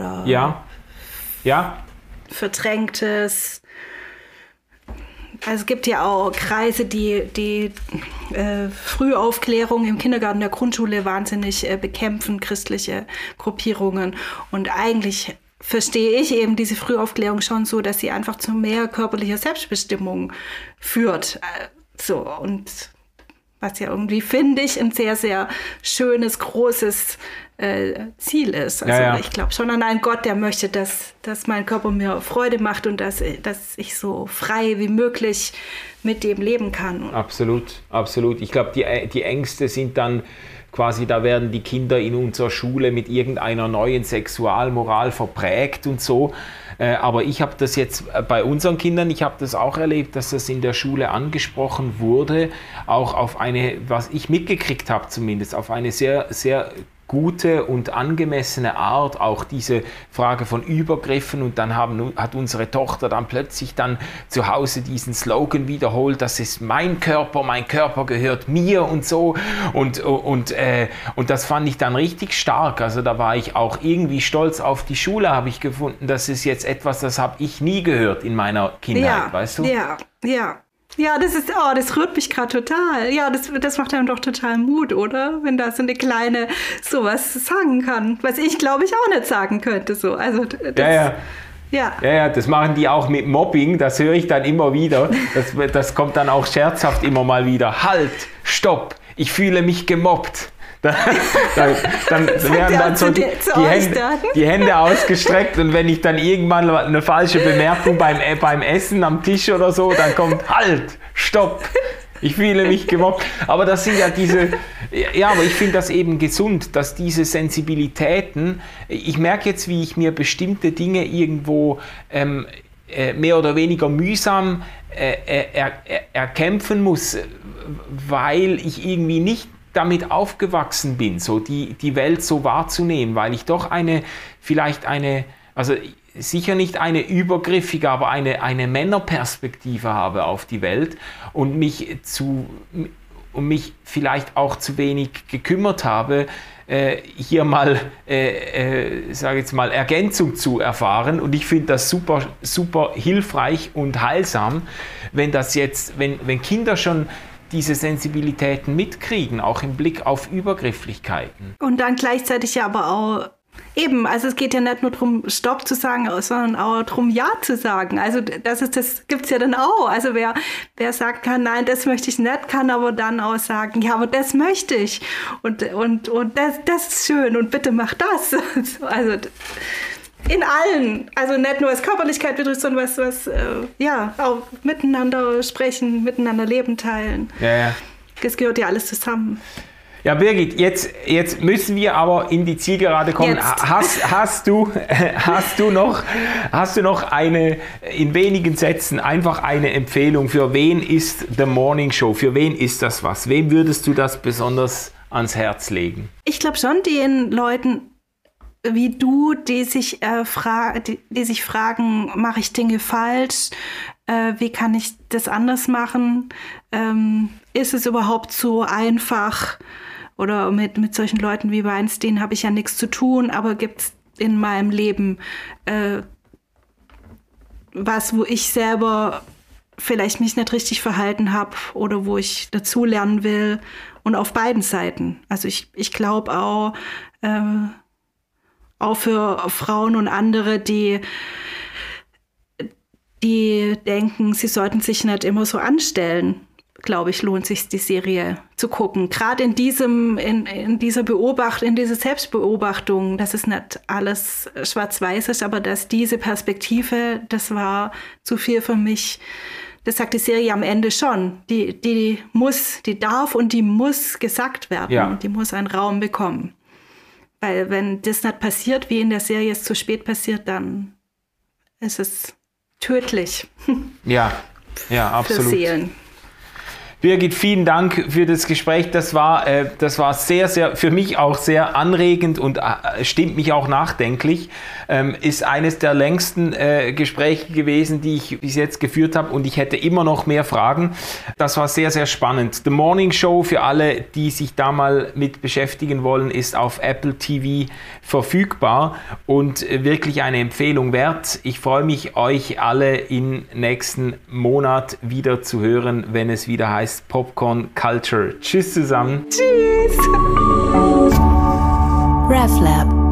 Verdrängtes. Also es gibt ja auch Kreise, die Frühaufklärung im Kindergarten, der Grundschule wahnsinnig bekämpfen, christliche Gruppierungen. Und eigentlich verstehe ich eben diese Frühaufklärung schon so, dass sie einfach zu mehr körperlicher Selbstbestimmung führt. Und was ja irgendwie, finde ich, ein sehr, sehr schönes, großes Ziel ist. Also ich glaube schon an einen Gott, der möchte, dass mein Körper mir Freude macht und dass ich so frei wie möglich mit dem leben kann. Absolut, absolut. Ich glaube, die Ängste sind dann quasi, da werden die Kinder in unserer Schule mit irgendeiner neuen Sexualmoral verprägt und so. Aber ich habe das jetzt bei unseren Kindern, ich habe das auch erlebt, dass das in der Schule angesprochen wurde, auch auf eine, was ich mitgekriegt habe zumindest, auf eine sehr, sehr gute und angemessene Art, auch diese Frage von Übergriffen. Und dann hat unsere Tochter dann plötzlich dann zu Hause diesen Slogan wiederholt, das ist mein Körper gehört mir und so. Und das fand ich dann richtig stark. Also da war ich auch irgendwie stolz auf die Schule, habe ich gefunden. Das ist jetzt etwas, das habe ich nie gehört in meiner Kindheit, weißt du? Ja, das rührt mich gerade total. Ja, das macht einem doch total Mut, oder? Wenn da so eine Kleine sowas sagen kann, was ich, glaube ich, auch nicht sagen könnte. So. Also, das machen die auch mit Mobbing, das höre ich dann immer wieder. Das kommt dann auch scherzhaft immer mal wieder. Halt, stopp, ich fühle mich gemobbt. Dann werden dann so die Hände ausgestreckt und wenn ich dann irgendwann eine falsche Bemerkung beim Essen am Tisch oder so, dann kommt halt, stopp, ich fühle mich gemobbt. Aber das sind ja aber ich finde das eben gesund, dass diese Sensibilitäten, ich merke jetzt, wie ich mir bestimmte Dinge irgendwo mehr oder weniger mühsam erkämpfen muss, weil ich irgendwie nicht damit aufgewachsen bin, so die Welt so wahrzunehmen, weil ich doch also sicher nicht eine übergriffige, aber eine Männerperspektive habe auf die Welt und mich vielleicht auch zu wenig gekümmert habe, hier mal, sage jetzt mal, Ergänzung zu erfahren. Und ich finde das super, super hilfreich und heilsam, wenn Kinder schon diese Sensibilitäten mitkriegen, auch im Blick auf Übergrifflichkeiten. Und dann gleichzeitig ja aber auch eben, also es geht ja nicht nur darum, Stopp zu sagen, sondern auch darum, Ja zu sagen. Also das gibt's ja dann auch. Also wer sagen kann, nein, das möchte ich nicht, kann aber dann auch sagen, ja, aber das möchte ich. Und das ist schön und bitte mach das. Also in allen, also nicht nur was Körperlichkeit betrifft, sondern was auch miteinander sprechen, miteinander Leben teilen. Ja. Das gehört ja alles zusammen. Ja, Birgit, jetzt müssen wir aber in die Zielgerade kommen. Hast du noch in wenigen Sätzen einfach eine Empfehlung, für wen ist The Morning Show? Für wen ist das was? Wem würdest du das besonders ans Herz legen? Ich glaube schon den Leuten wie du, die sich fragen, mache ich Dinge falsch? Wie kann ich das anders machen? Ist es überhaupt so einfach? Oder mit solchen Leuten wie Weinstein habe ich ja nichts zu tun, aber gibt es in meinem Leben wo ich selber vielleicht mich nicht richtig verhalten habe oder wo ich dazulernen will? Und auf beiden Seiten. Also ich glaube auch für Frauen und andere, die denken, sie sollten sich nicht immer so anstellen, glaube ich, lohnt sich die Serie zu gucken. Gerade in dieser Selbstbeobachtung, dass es nicht alles schwarz-weiß ist, aber dass diese Perspektive, das war zu viel für mich. Das sagt die Serie am Ende schon. Die darf und die muss gesagt werden. Ja. Die muss einen Raum bekommen. Weil wenn das nicht passiert, wie in der Serie es zu spät passiert, dann ist es tödlich. Ja, absolut. Für Seelen. Birgit, vielen Dank für das Gespräch. Das war sehr, sehr, für mich auch sehr anregend und stimmt mich auch nachdenklich. Ist eines der längsten Gespräche gewesen, die ich bis jetzt geführt habe, und ich hätte immer noch mehr Fragen. Das war sehr, sehr spannend. The Morning Show, für alle, die sich da mal mit beschäftigen wollen, ist auf Apple TV verfügbar und wirklich eine Empfehlung wert. Ich freue mich, euch alle im nächsten Monat wieder zu hören, wenn es wieder heißt Popcorn Culture. Tschüss zusammen. Tschüss. RefLab.